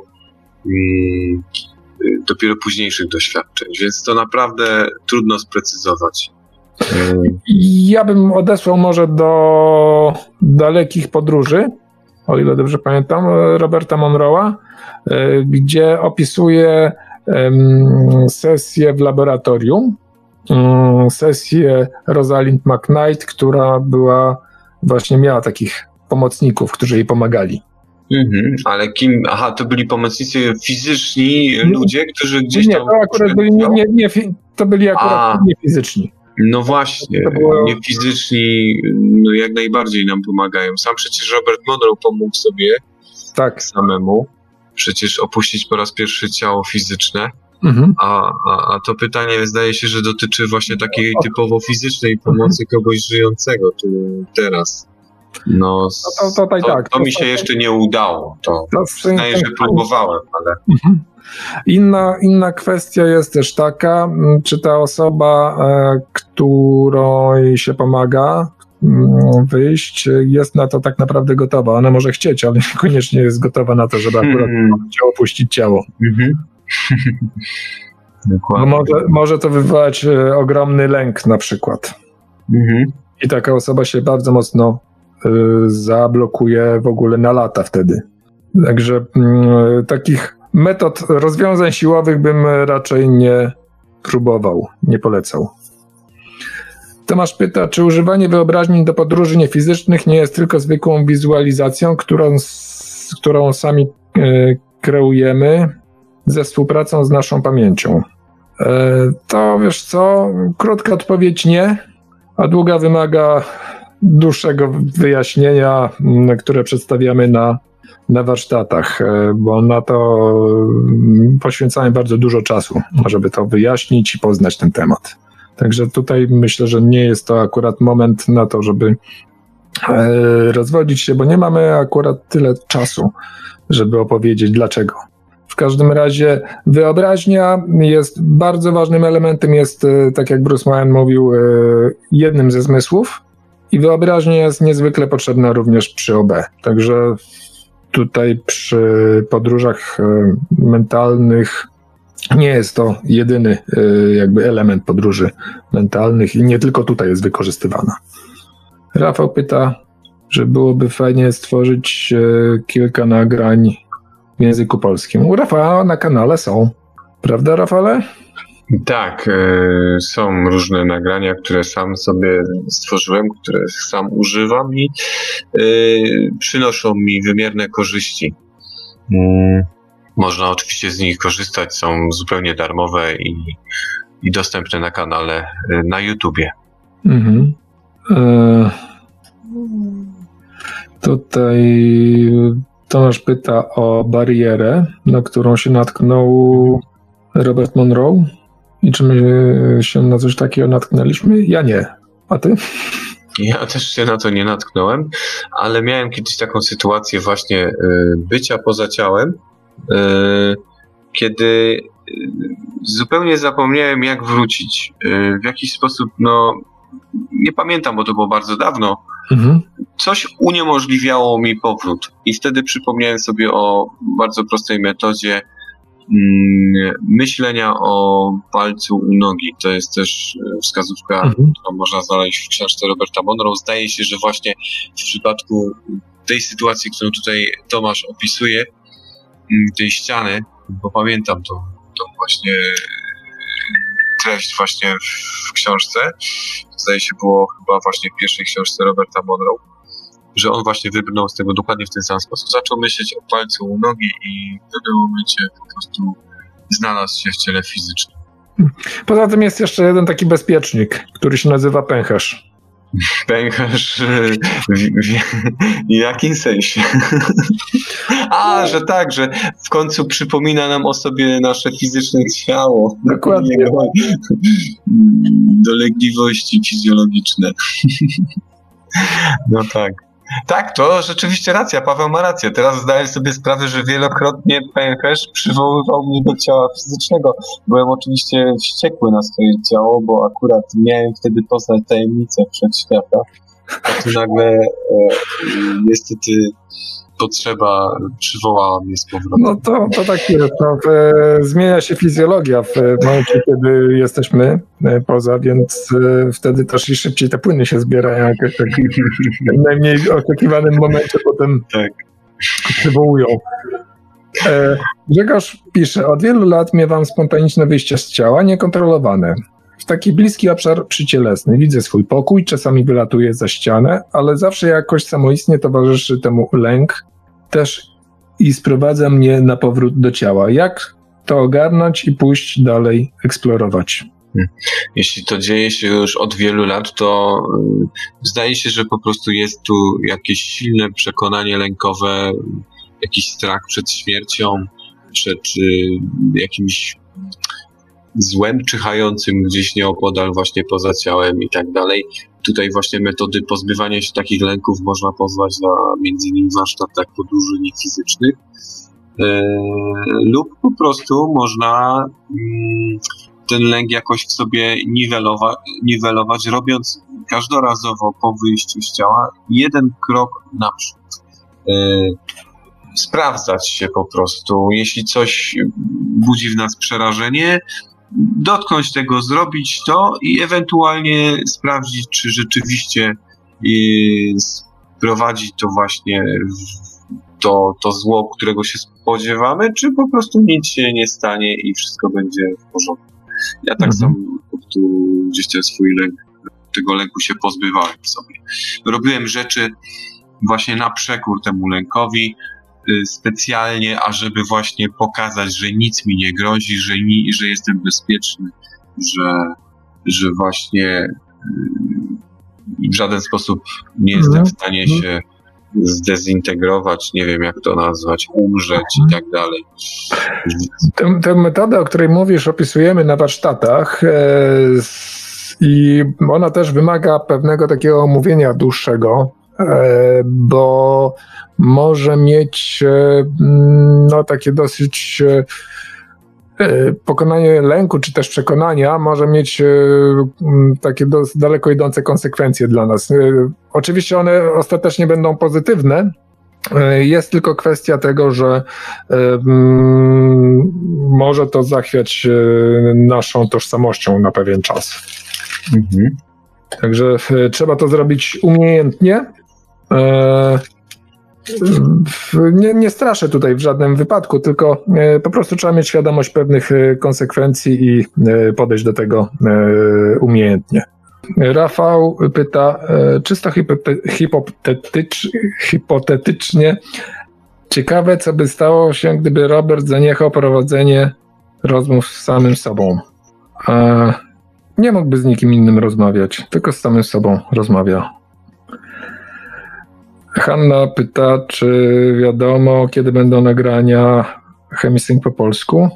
dopiero późniejszych doświadczeń, więc to naprawdę trudno sprecyzować. Ja bym odesłał może do dalekich podróży, o ile dobrze pamiętam, Roberta Monroe'a, gdzie opisuje sesję w laboratorium, sesję Rosalind McKnight, która właśnie miała takich pomocników, którzy jej pomagali. Ale kim? Aha, to byli pomocnicy fizyczni ludzie, którzy gdzieś tam... Nie, to akurat byli to byli akurat nie fizyczni. No właśnie, nie fizyczni, no jak najbardziej nam pomagają. Sam przecież Robert Monroe pomógł sobie samemu przecież opuścić po raz pierwszy ciało fizyczne, a to pytanie zdaje się, że dotyczy właśnie takiej typowo fizycznej pomocy kogoś żyjącego tu teraz. No, to mi się jeszcze nie udało. To przyznaję, że próbowałem, ale... Inna kwestia jest też taka, czy ta osoba, której się pomaga wyjść, jest na to tak naprawdę gotowa. Ona może chcieć, ale niekoniecznie jest gotowa na to, żeby akurat chciał opuścić ciało. Bo może to wywołać ogromny lęk na przykład. I taka osoba się bardzo mocno zablokuje w ogóle na lata wtedy. Także takich metod rozwiązań siłowych bym raczej nie próbował, nie polecał. Tomasz pyta, czy używanie wyobraźni do podróży niefizycznych nie jest tylko zwykłą wizualizacją, którą sami kreujemy ze współpracą z naszą pamięcią? To wiesz co, krótka odpowiedź nie, a długa wymaga dłuższego wyjaśnienia, które przedstawiamy na warsztatach, bo na to poświęcamy bardzo dużo czasu, żeby to wyjaśnić i poznać ten temat. Także tutaj myślę, że nie jest to akurat moment na to, żeby rozwodzić się, bo nie mamy akurat tyle czasu, żeby opowiedzieć dlaczego. W każdym razie wyobraźnia jest bardzo ważnym elementem, jest, tak jak Bruce Moyen mówił, jednym ze zmysłów i wyobraźnia jest niezwykle potrzebna również przy OB. Także tutaj przy podróżach mentalnych nie jest to jedyny jakby element podróży mentalnych i nie tylko tutaj jest wykorzystywana. Rafał pyta, że byłoby fajnie stworzyć kilka nagrań w języku polskim. U Rafała na kanale są. Prawda, Rafale? Tak, są różne nagrania, które sam sobie stworzyłem, które sam używam i przynoszą mi wymierne korzyści. Można oczywiście z nich korzystać, są zupełnie darmowe i dostępne na kanale na YouTubie. Tutaj Tomasz pyta o barierę, na którą się natknął Robert Monroe i czy my się na coś takiego natknęliśmy? Ja nie. A ty? Ja też się na to nie natknąłem, ale miałem kiedyś taką sytuację właśnie bycia poza ciałem, kiedy zupełnie zapomniałem, jak wrócić. W jakiś sposób, nie pamiętam, bo to było bardzo dawno, coś uniemożliwiało mi powrót. I wtedy przypomniałem sobie o bardzo prostej metodzie myślenia o palcu u nogi. To jest też wskazówka, którą można znaleźć w książce Roberta Monroe. Zdaje się, że właśnie w przypadku tej sytuacji, którą tutaj Tomasz opisuje, tej ściany, bo pamiętam to właśnie treść właśnie w książce, zdaje się było chyba właśnie w pierwszej książce Roberta Monroe, że on właśnie wybrnął z tego dokładnie w ten sam sposób. Zaczął myśleć o palcu u nogi i w pewnym momencie po prostu znalazł się w ciele fizycznym. Poza tym jest jeszcze jeden taki bezpiecznik, który się nazywa pęcherz. Pęcherz w jakim sensie? Że tak, że w końcu przypomina nam o sobie nasze fizyczne ciało. Dokładnie. Dolegliwości fizjologiczne. No tak. Tak, to rzeczywiście racja, Paweł ma rację. Teraz zdaję sobie sprawę, że wielokrotnie pęcherz przywoływał mnie do ciała fizycznego. Byłem oczywiście wściekły na swoje ciało, bo akurat miałem wtedy poznać tajemnicę wszechświata. A tu nagle niestety potrzeba przywołała mnie z powrotem. No to tak jest. Zmienia się fizjologia w momencie, kiedy jesteśmy poza, więc wtedy też i szybciej te płyny się zbierają jakoś tak w najmniej oczekiwanym momencie potem przywołują. Grzegorz pisze, od wielu lat miewam spontaniczne wyjścia z ciała, niekontrolowane. W taki bliski obszar przycielesny widzę swój pokój, czasami wylatuję za ścianę, ale zawsze jakoś samoistnie towarzyszy temu lęk też i sprowadza mnie na powrót do ciała. Jak to ogarnąć i pójść dalej eksplorować? Jeśli to dzieje się już od wielu lat, to zdaje się, że po prostu jest tu jakieś silne przekonanie lękowe, jakiś strach przed śmiercią, przed jakimś złem czyhającym gdzieś nieopodal, właśnie poza ciałem i tak dalej. Tutaj właśnie metody pozbywania się takich lęków można pozwać na między innymi warsztatach podróży fizycznych lub po prostu można ten lęk jakoś w sobie niwelować, robiąc każdorazowo po wyjściu z ciała jeden krok naprzód. Sprawdzać się po prostu, jeśli coś budzi w nas przerażenie, dotknąć tego, zrobić to i ewentualnie sprawdzić, czy rzeczywiście prowadzi to właśnie to zło, którego się spodziewamy, czy po prostu nic się nie stanie i wszystko będzie w porządku. Ja tak samo po prostu gdzieś ten swój lęk, tego lęku się pozbywałem sobie. Robiłem rzeczy właśnie na przekór temu lękowi, specjalnie, ażeby właśnie pokazać, że nic mi nie grozi, że jestem bezpieczny, że właśnie w żaden sposób nie jestem w stanie się zdezintegrować, nie wiem jak to nazwać, umrzeć i tak dalej. Tę metodę, o której mówisz, opisujemy na warsztatach i ona też wymaga pewnego takiego omówienia dłuższego, bo może mieć takie dosyć pokonanie lęku, czy też przekonania może mieć takie daleko idące konsekwencje dla nas. Oczywiście one ostatecznie będą pozytywne, jest tylko kwestia tego, że może to zachwiać naszą tożsamością na pewien czas. Także trzeba to zrobić umiejętnie. Nie straszę tutaj w żadnym wypadku, tylko po prostu trzeba mieć świadomość pewnych konsekwencji i podejść do tego umiejętnie. Rafał pyta, czysto hipotetycznie, ciekawe, co by stało się, gdyby Robert zaniechał prowadzenie rozmów z samym sobą. Nie mógłby z nikim innym rozmawiać, tylko z samym sobą rozmawia. Hanna pyta, czy wiadomo, kiedy będą nagrania Chemisync po polsku.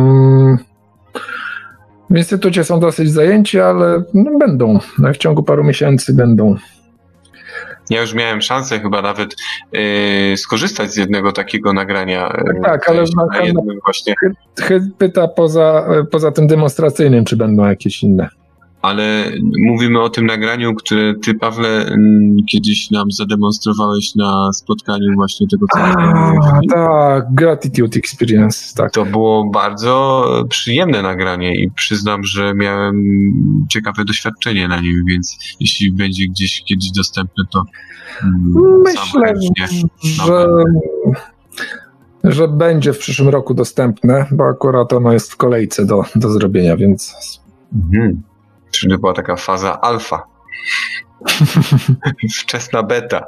W instytucie są dosyć zajęci, ale będą. W ciągu paru miesięcy będą. Ja już miałem szansę chyba nawet skorzystać z jednego takiego nagrania. Tak, ale na jednym właśnie. Pyta poza tym demonstracyjnym, czy będą jakieś inne. Ale mówimy o tym nagraniu, które ty, Pawle, kiedyś nam zademonstrowałeś na spotkaniu właśnie tego Tak, Gratitude Experience. Tak. To było bardzo przyjemne nagranie i przyznam, że miałem ciekawe doświadczenie na nim, więc jeśli będzie gdzieś kiedyś dostępne, to myślę, że będzie w przyszłym roku dostępne, bo akurat ono jest w kolejce do zrobienia, więc... Czyli była taka faza alfa. Wczesna beta.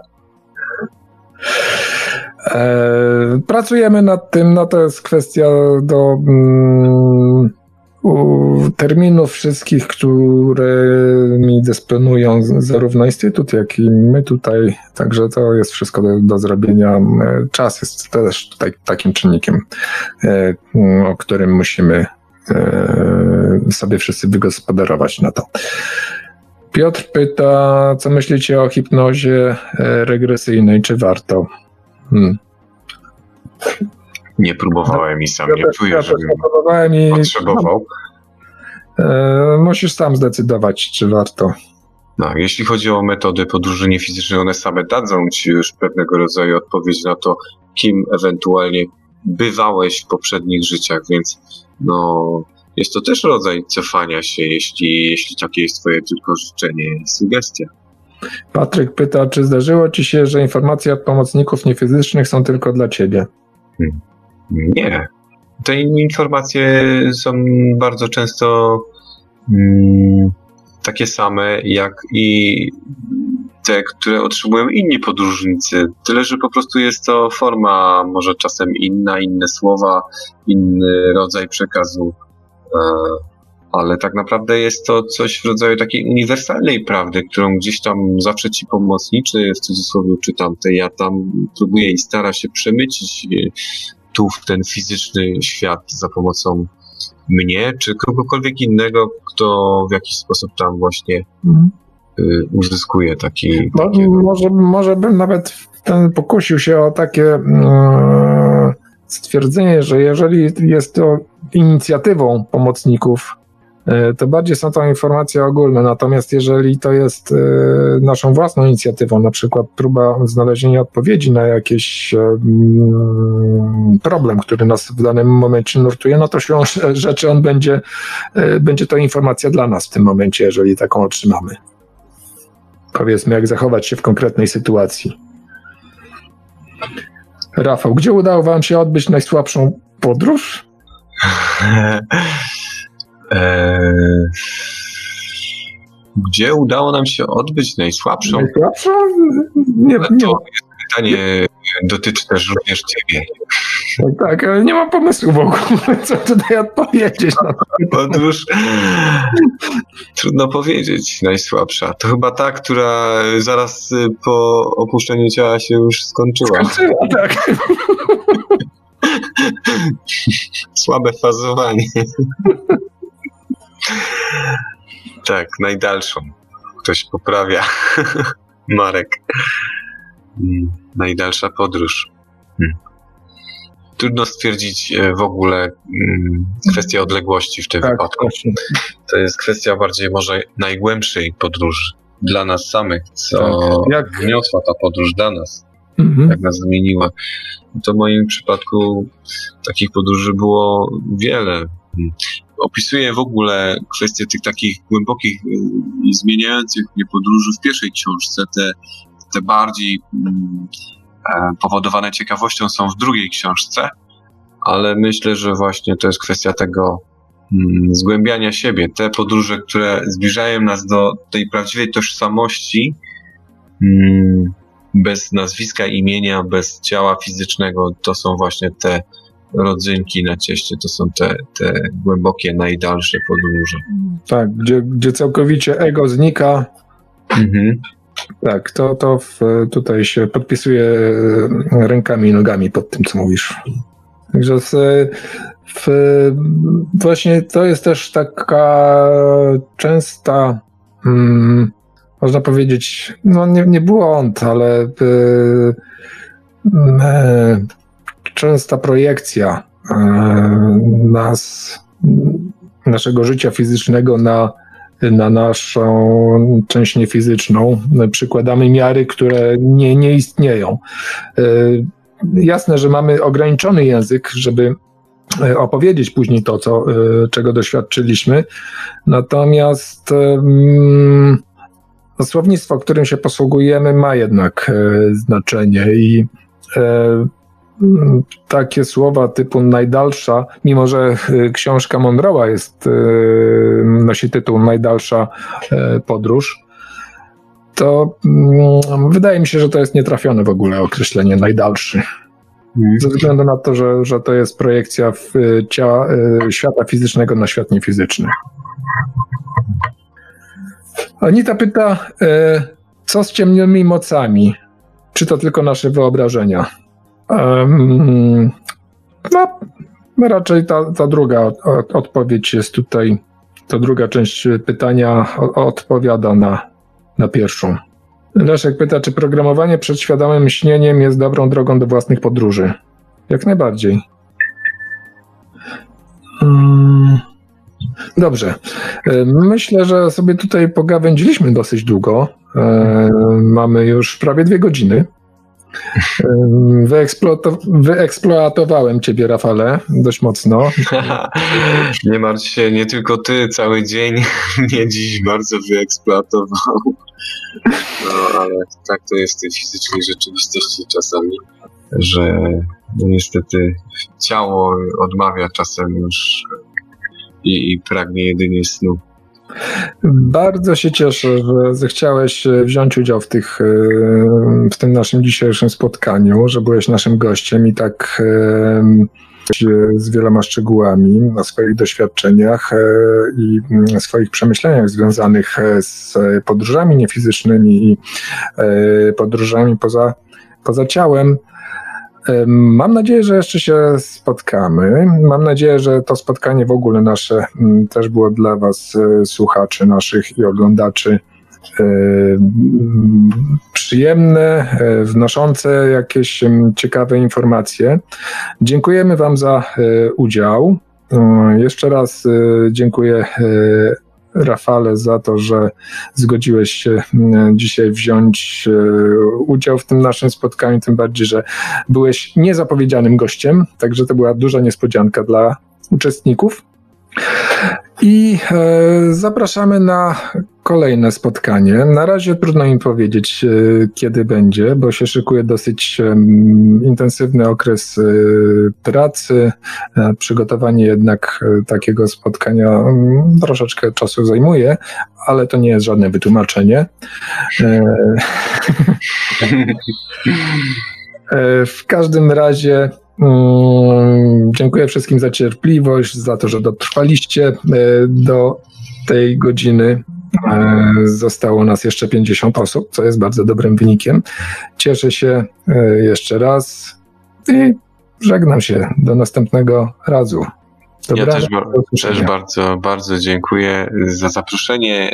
Pracujemy nad tym, to jest kwestia terminów wszystkich, którymi dysponują zarówno Instytut, jak i my tutaj, także to jest wszystko do zrobienia. Czas jest też tutaj takim czynnikiem, o którym musimy sobie wszyscy wygospodarować na to. Piotr pyta, co myślicie o hipnozie regresyjnej, czy warto? Nie próbowałem i sam nie czuję, żebym potrzebował. Musisz sam zdecydować, czy warto. No, jeśli chodzi o metody podróży niefizycznej, one same dadzą ci już pewnego rodzaju odpowiedź na to, kim ewentualnie bywałeś w poprzednich życiach, więc jest to też rodzaj cofania się, jeśli takie jest twoje tylko życzenie i sugestia. Patryk pyta, czy zdarzyło ci się, że informacje od pomocników niefizycznych są tylko dla ciebie? Nie. Te informacje są bardzo często takie same, jak i te, które otrzymują inni podróżnicy. Tyle, że po prostu jest to forma, może czasem inna, inne słowa, inny rodzaj przekazu. Ale tak naprawdę jest to coś w rodzaju takiej uniwersalnej prawdy, którą gdzieś tam zawsze ci pomocniczy, w cudzysłowie czytam, ja tam próbuję i stara się przemycić tu w ten fizyczny świat za pomocą mnie, czy kogokolwiek innego, kto w jakiś sposób tam właśnie uzyskuje taki... Może bym nawet pokusił się o takie stwierdzenie, że jeżeli jest to inicjatywą pomocników, to bardziej są to informacje ogólne, natomiast jeżeli to jest naszą własną inicjatywą, na przykład próba znalezienia odpowiedzi na jakiś problem, który nas w danym momencie nurtuje, no to siłą rzeczy on będzie to informacja dla nas w tym momencie, jeżeli taką otrzymamy. Powiedzmy, jak zachować się w konkretnej sytuacji. Rafał, gdzie udało wam się odbyć najsłabszą podróż? Gdzie udało nam się odbyć najsłabszą? Najsłabszą? Nie. To pytanie dotyczy też również ciebie. Tak, ale nie mam pomysłu w ogóle, co tutaj odpowiedzieć na to. Podróż, trudno powiedzieć, najsłabsza. To chyba ta, która zaraz po opuszczeniu ciała się już skończyła. Tak. Słabe fazowanie. Tak, najdalszą. Ktoś poprawia. Marek. Najdalsza podróż. Trudno stwierdzić w ogóle kwestię odległości w tym wypadku. Właśnie. To jest kwestia bardziej może najgłębszej podróży dla nas samych, co wniosła ta podróż dla nas, jak nas zmieniła. To w moim przypadku takich podróży było wiele. Opisuję w ogóle kwestie tych takich głębokich i zmieniających mnie podróży w pierwszej książce. Te bardziej powodowane ciekawością są w drugiej książce, ale myślę, że właśnie to jest kwestia tego zgłębiania siebie. Te podróże, które zbliżają nas do tej prawdziwej tożsamości, bez nazwiska, imienia, bez ciała fizycznego, to są właśnie te rodzynki na cieście, to są te głębokie, najdalsze podróże. Tak, gdzie całkowicie ego znika. Tak, to tutaj się podpisuje rękami i nogami pod tym, co mówisz. Także właśnie to jest też taka częsta, można powiedzieć, no nie błąd, ale częsta projekcja naszego życia fizycznego na naszą część niefizyczną. Przykładamy miary, które nie istnieją. Jasne, że mamy ograniczony język, żeby opowiedzieć później to, czego doświadczyliśmy. Natomiast słownictwo, którym się posługujemy, ma jednak znaczenie i takie słowa typu najdalsza, mimo że książka Monroe'a nosi tytuł Najdalsza podróż, to wydaje mi się, że to jest nietrafione w ogóle określenie najdalszy. Ze względu na to, że to jest projekcja świata fizycznego na świat niefizyczny. Anita pyta, co z ciemnymi mocami? Czy to tylko nasze wyobrażenia? No, raczej ta druga odpowiedź jest tutaj, ta druga część pytania odpowiada na pierwszą. Leszek pyta, czy programowanie przed świadomym śnieniem jest dobrą drogą do własnych podróży? Jak najbardziej. Dobrze. Myślę, że sobie tutaj pogawędziliśmy dosyć długo. Mamy już prawie 2 godziny. Wyeksploatowałem ciebie, Rafale, dość mocno. Nie martw się, nie tylko ty, cały dzień mnie dziś bardzo wyeksploatował. No, ale tak to jest w tej fizycznej rzeczywistości czasami, że niestety ciało odmawia czasem już i pragnie jedynie snu. Bardzo się cieszę, że zechciałeś wziąć udział w tym naszym dzisiejszym spotkaniu, że byłeś naszym gościem i tak z wieloma szczegółami o swoich doświadczeniach i swoich przemyśleniach związanych z podróżami niefizycznymi i podróżami poza ciałem. Mam nadzieję, że jeszcze się spotkamy. Mam nadzieję, że to spotkanie w ogóle nasze też było dla was, słuchaczy naszych i oglądaczy, przyjemne, wnoszące jakieś ciekawe informacje. Dziękujemy wam za udział. Jeszcze raz dziękuję, Rafale, za to, że zgodziłeś się dzisiaj wziąć udział w tym naszym spotkaniu, tym bardziej, że byłeś niezapowiedzianym gościem, także to była duża niespodzianka dla uczestników. I zapraszamy na kolejne spotkanie. Na razie trudno mi powiedzieć, kiedy będzie, bo się szykuje dosyć intensywny okres pracy. Przygotowanie jednak takiego spotkania troszeczkę czasu zajmuje, ale to nie jest żadne wytłumaczenie. W każdym razie dziękuję wszystkim za cierpliwość, za to, że dotrwaliście do tej godziny. Zostało nas jeszcze 50 osób, co jest bardzo dobrym wynikiem. Cieszę się jeszcze raz i żegnam się. Do następnego razu. Ja też bardzo, bardzo dziękuję za zaproszenie.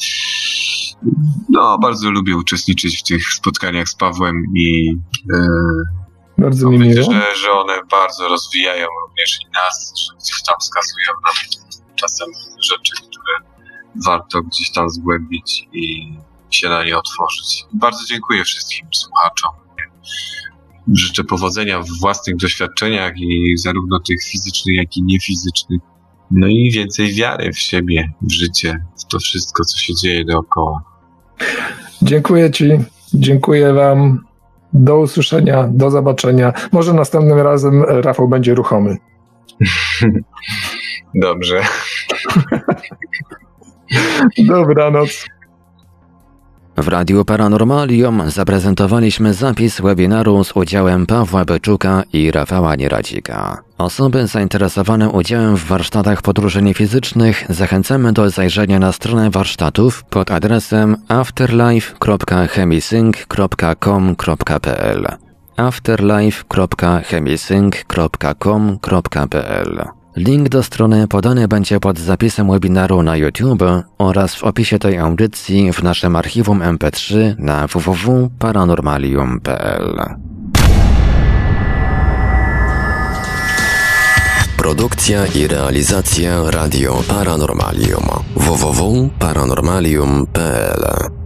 No, bardzo lubię uczestniczyć w tych spotkaniach z Pawłem i bardzo mi myślę, miło. że one bardzo rozwijają również i nas, że gdzieś tam wskazują nam czasem rzeczy, które warto gdzieś tam zgłębić i się na nie otworzyć. Bardzo dziękuję wszystkim słuchaczom. Życzę powodzenia w własnych doświadczeniach i zarówno tych fizycznych, jak i niefizycznych. No i więcej wiary w siebie, w życie, w to wszystko, co się dzieje dookoła. Dziękuję ci, dziękuję wam. Do usłyszenia, do zobaczenia. Może następnym razem Rafał będzie ruchomy. Dobrze. Dobranoc. W Radiu Paranormalium zaprezentowaliśmy zapis webinaru z udziałem Pawła Beczuka i Rafała Nieradzika. Osoby zainteresowane udziałem w warsztatach podróży niefizycznych zachęcamy do zajrzenia na stronę warsztatów pod adresem afterlife.chemisync.com.pl afterlife.chemisync.com.pl. Link do strony podany będzie pod zapisem webinaru na YouTube oraz w opisie tej audycji w naszym archiwum MP3 na www.paranormalium.pl. Produkcja i realizacja Radio Paranormalium www.paranormalium.pl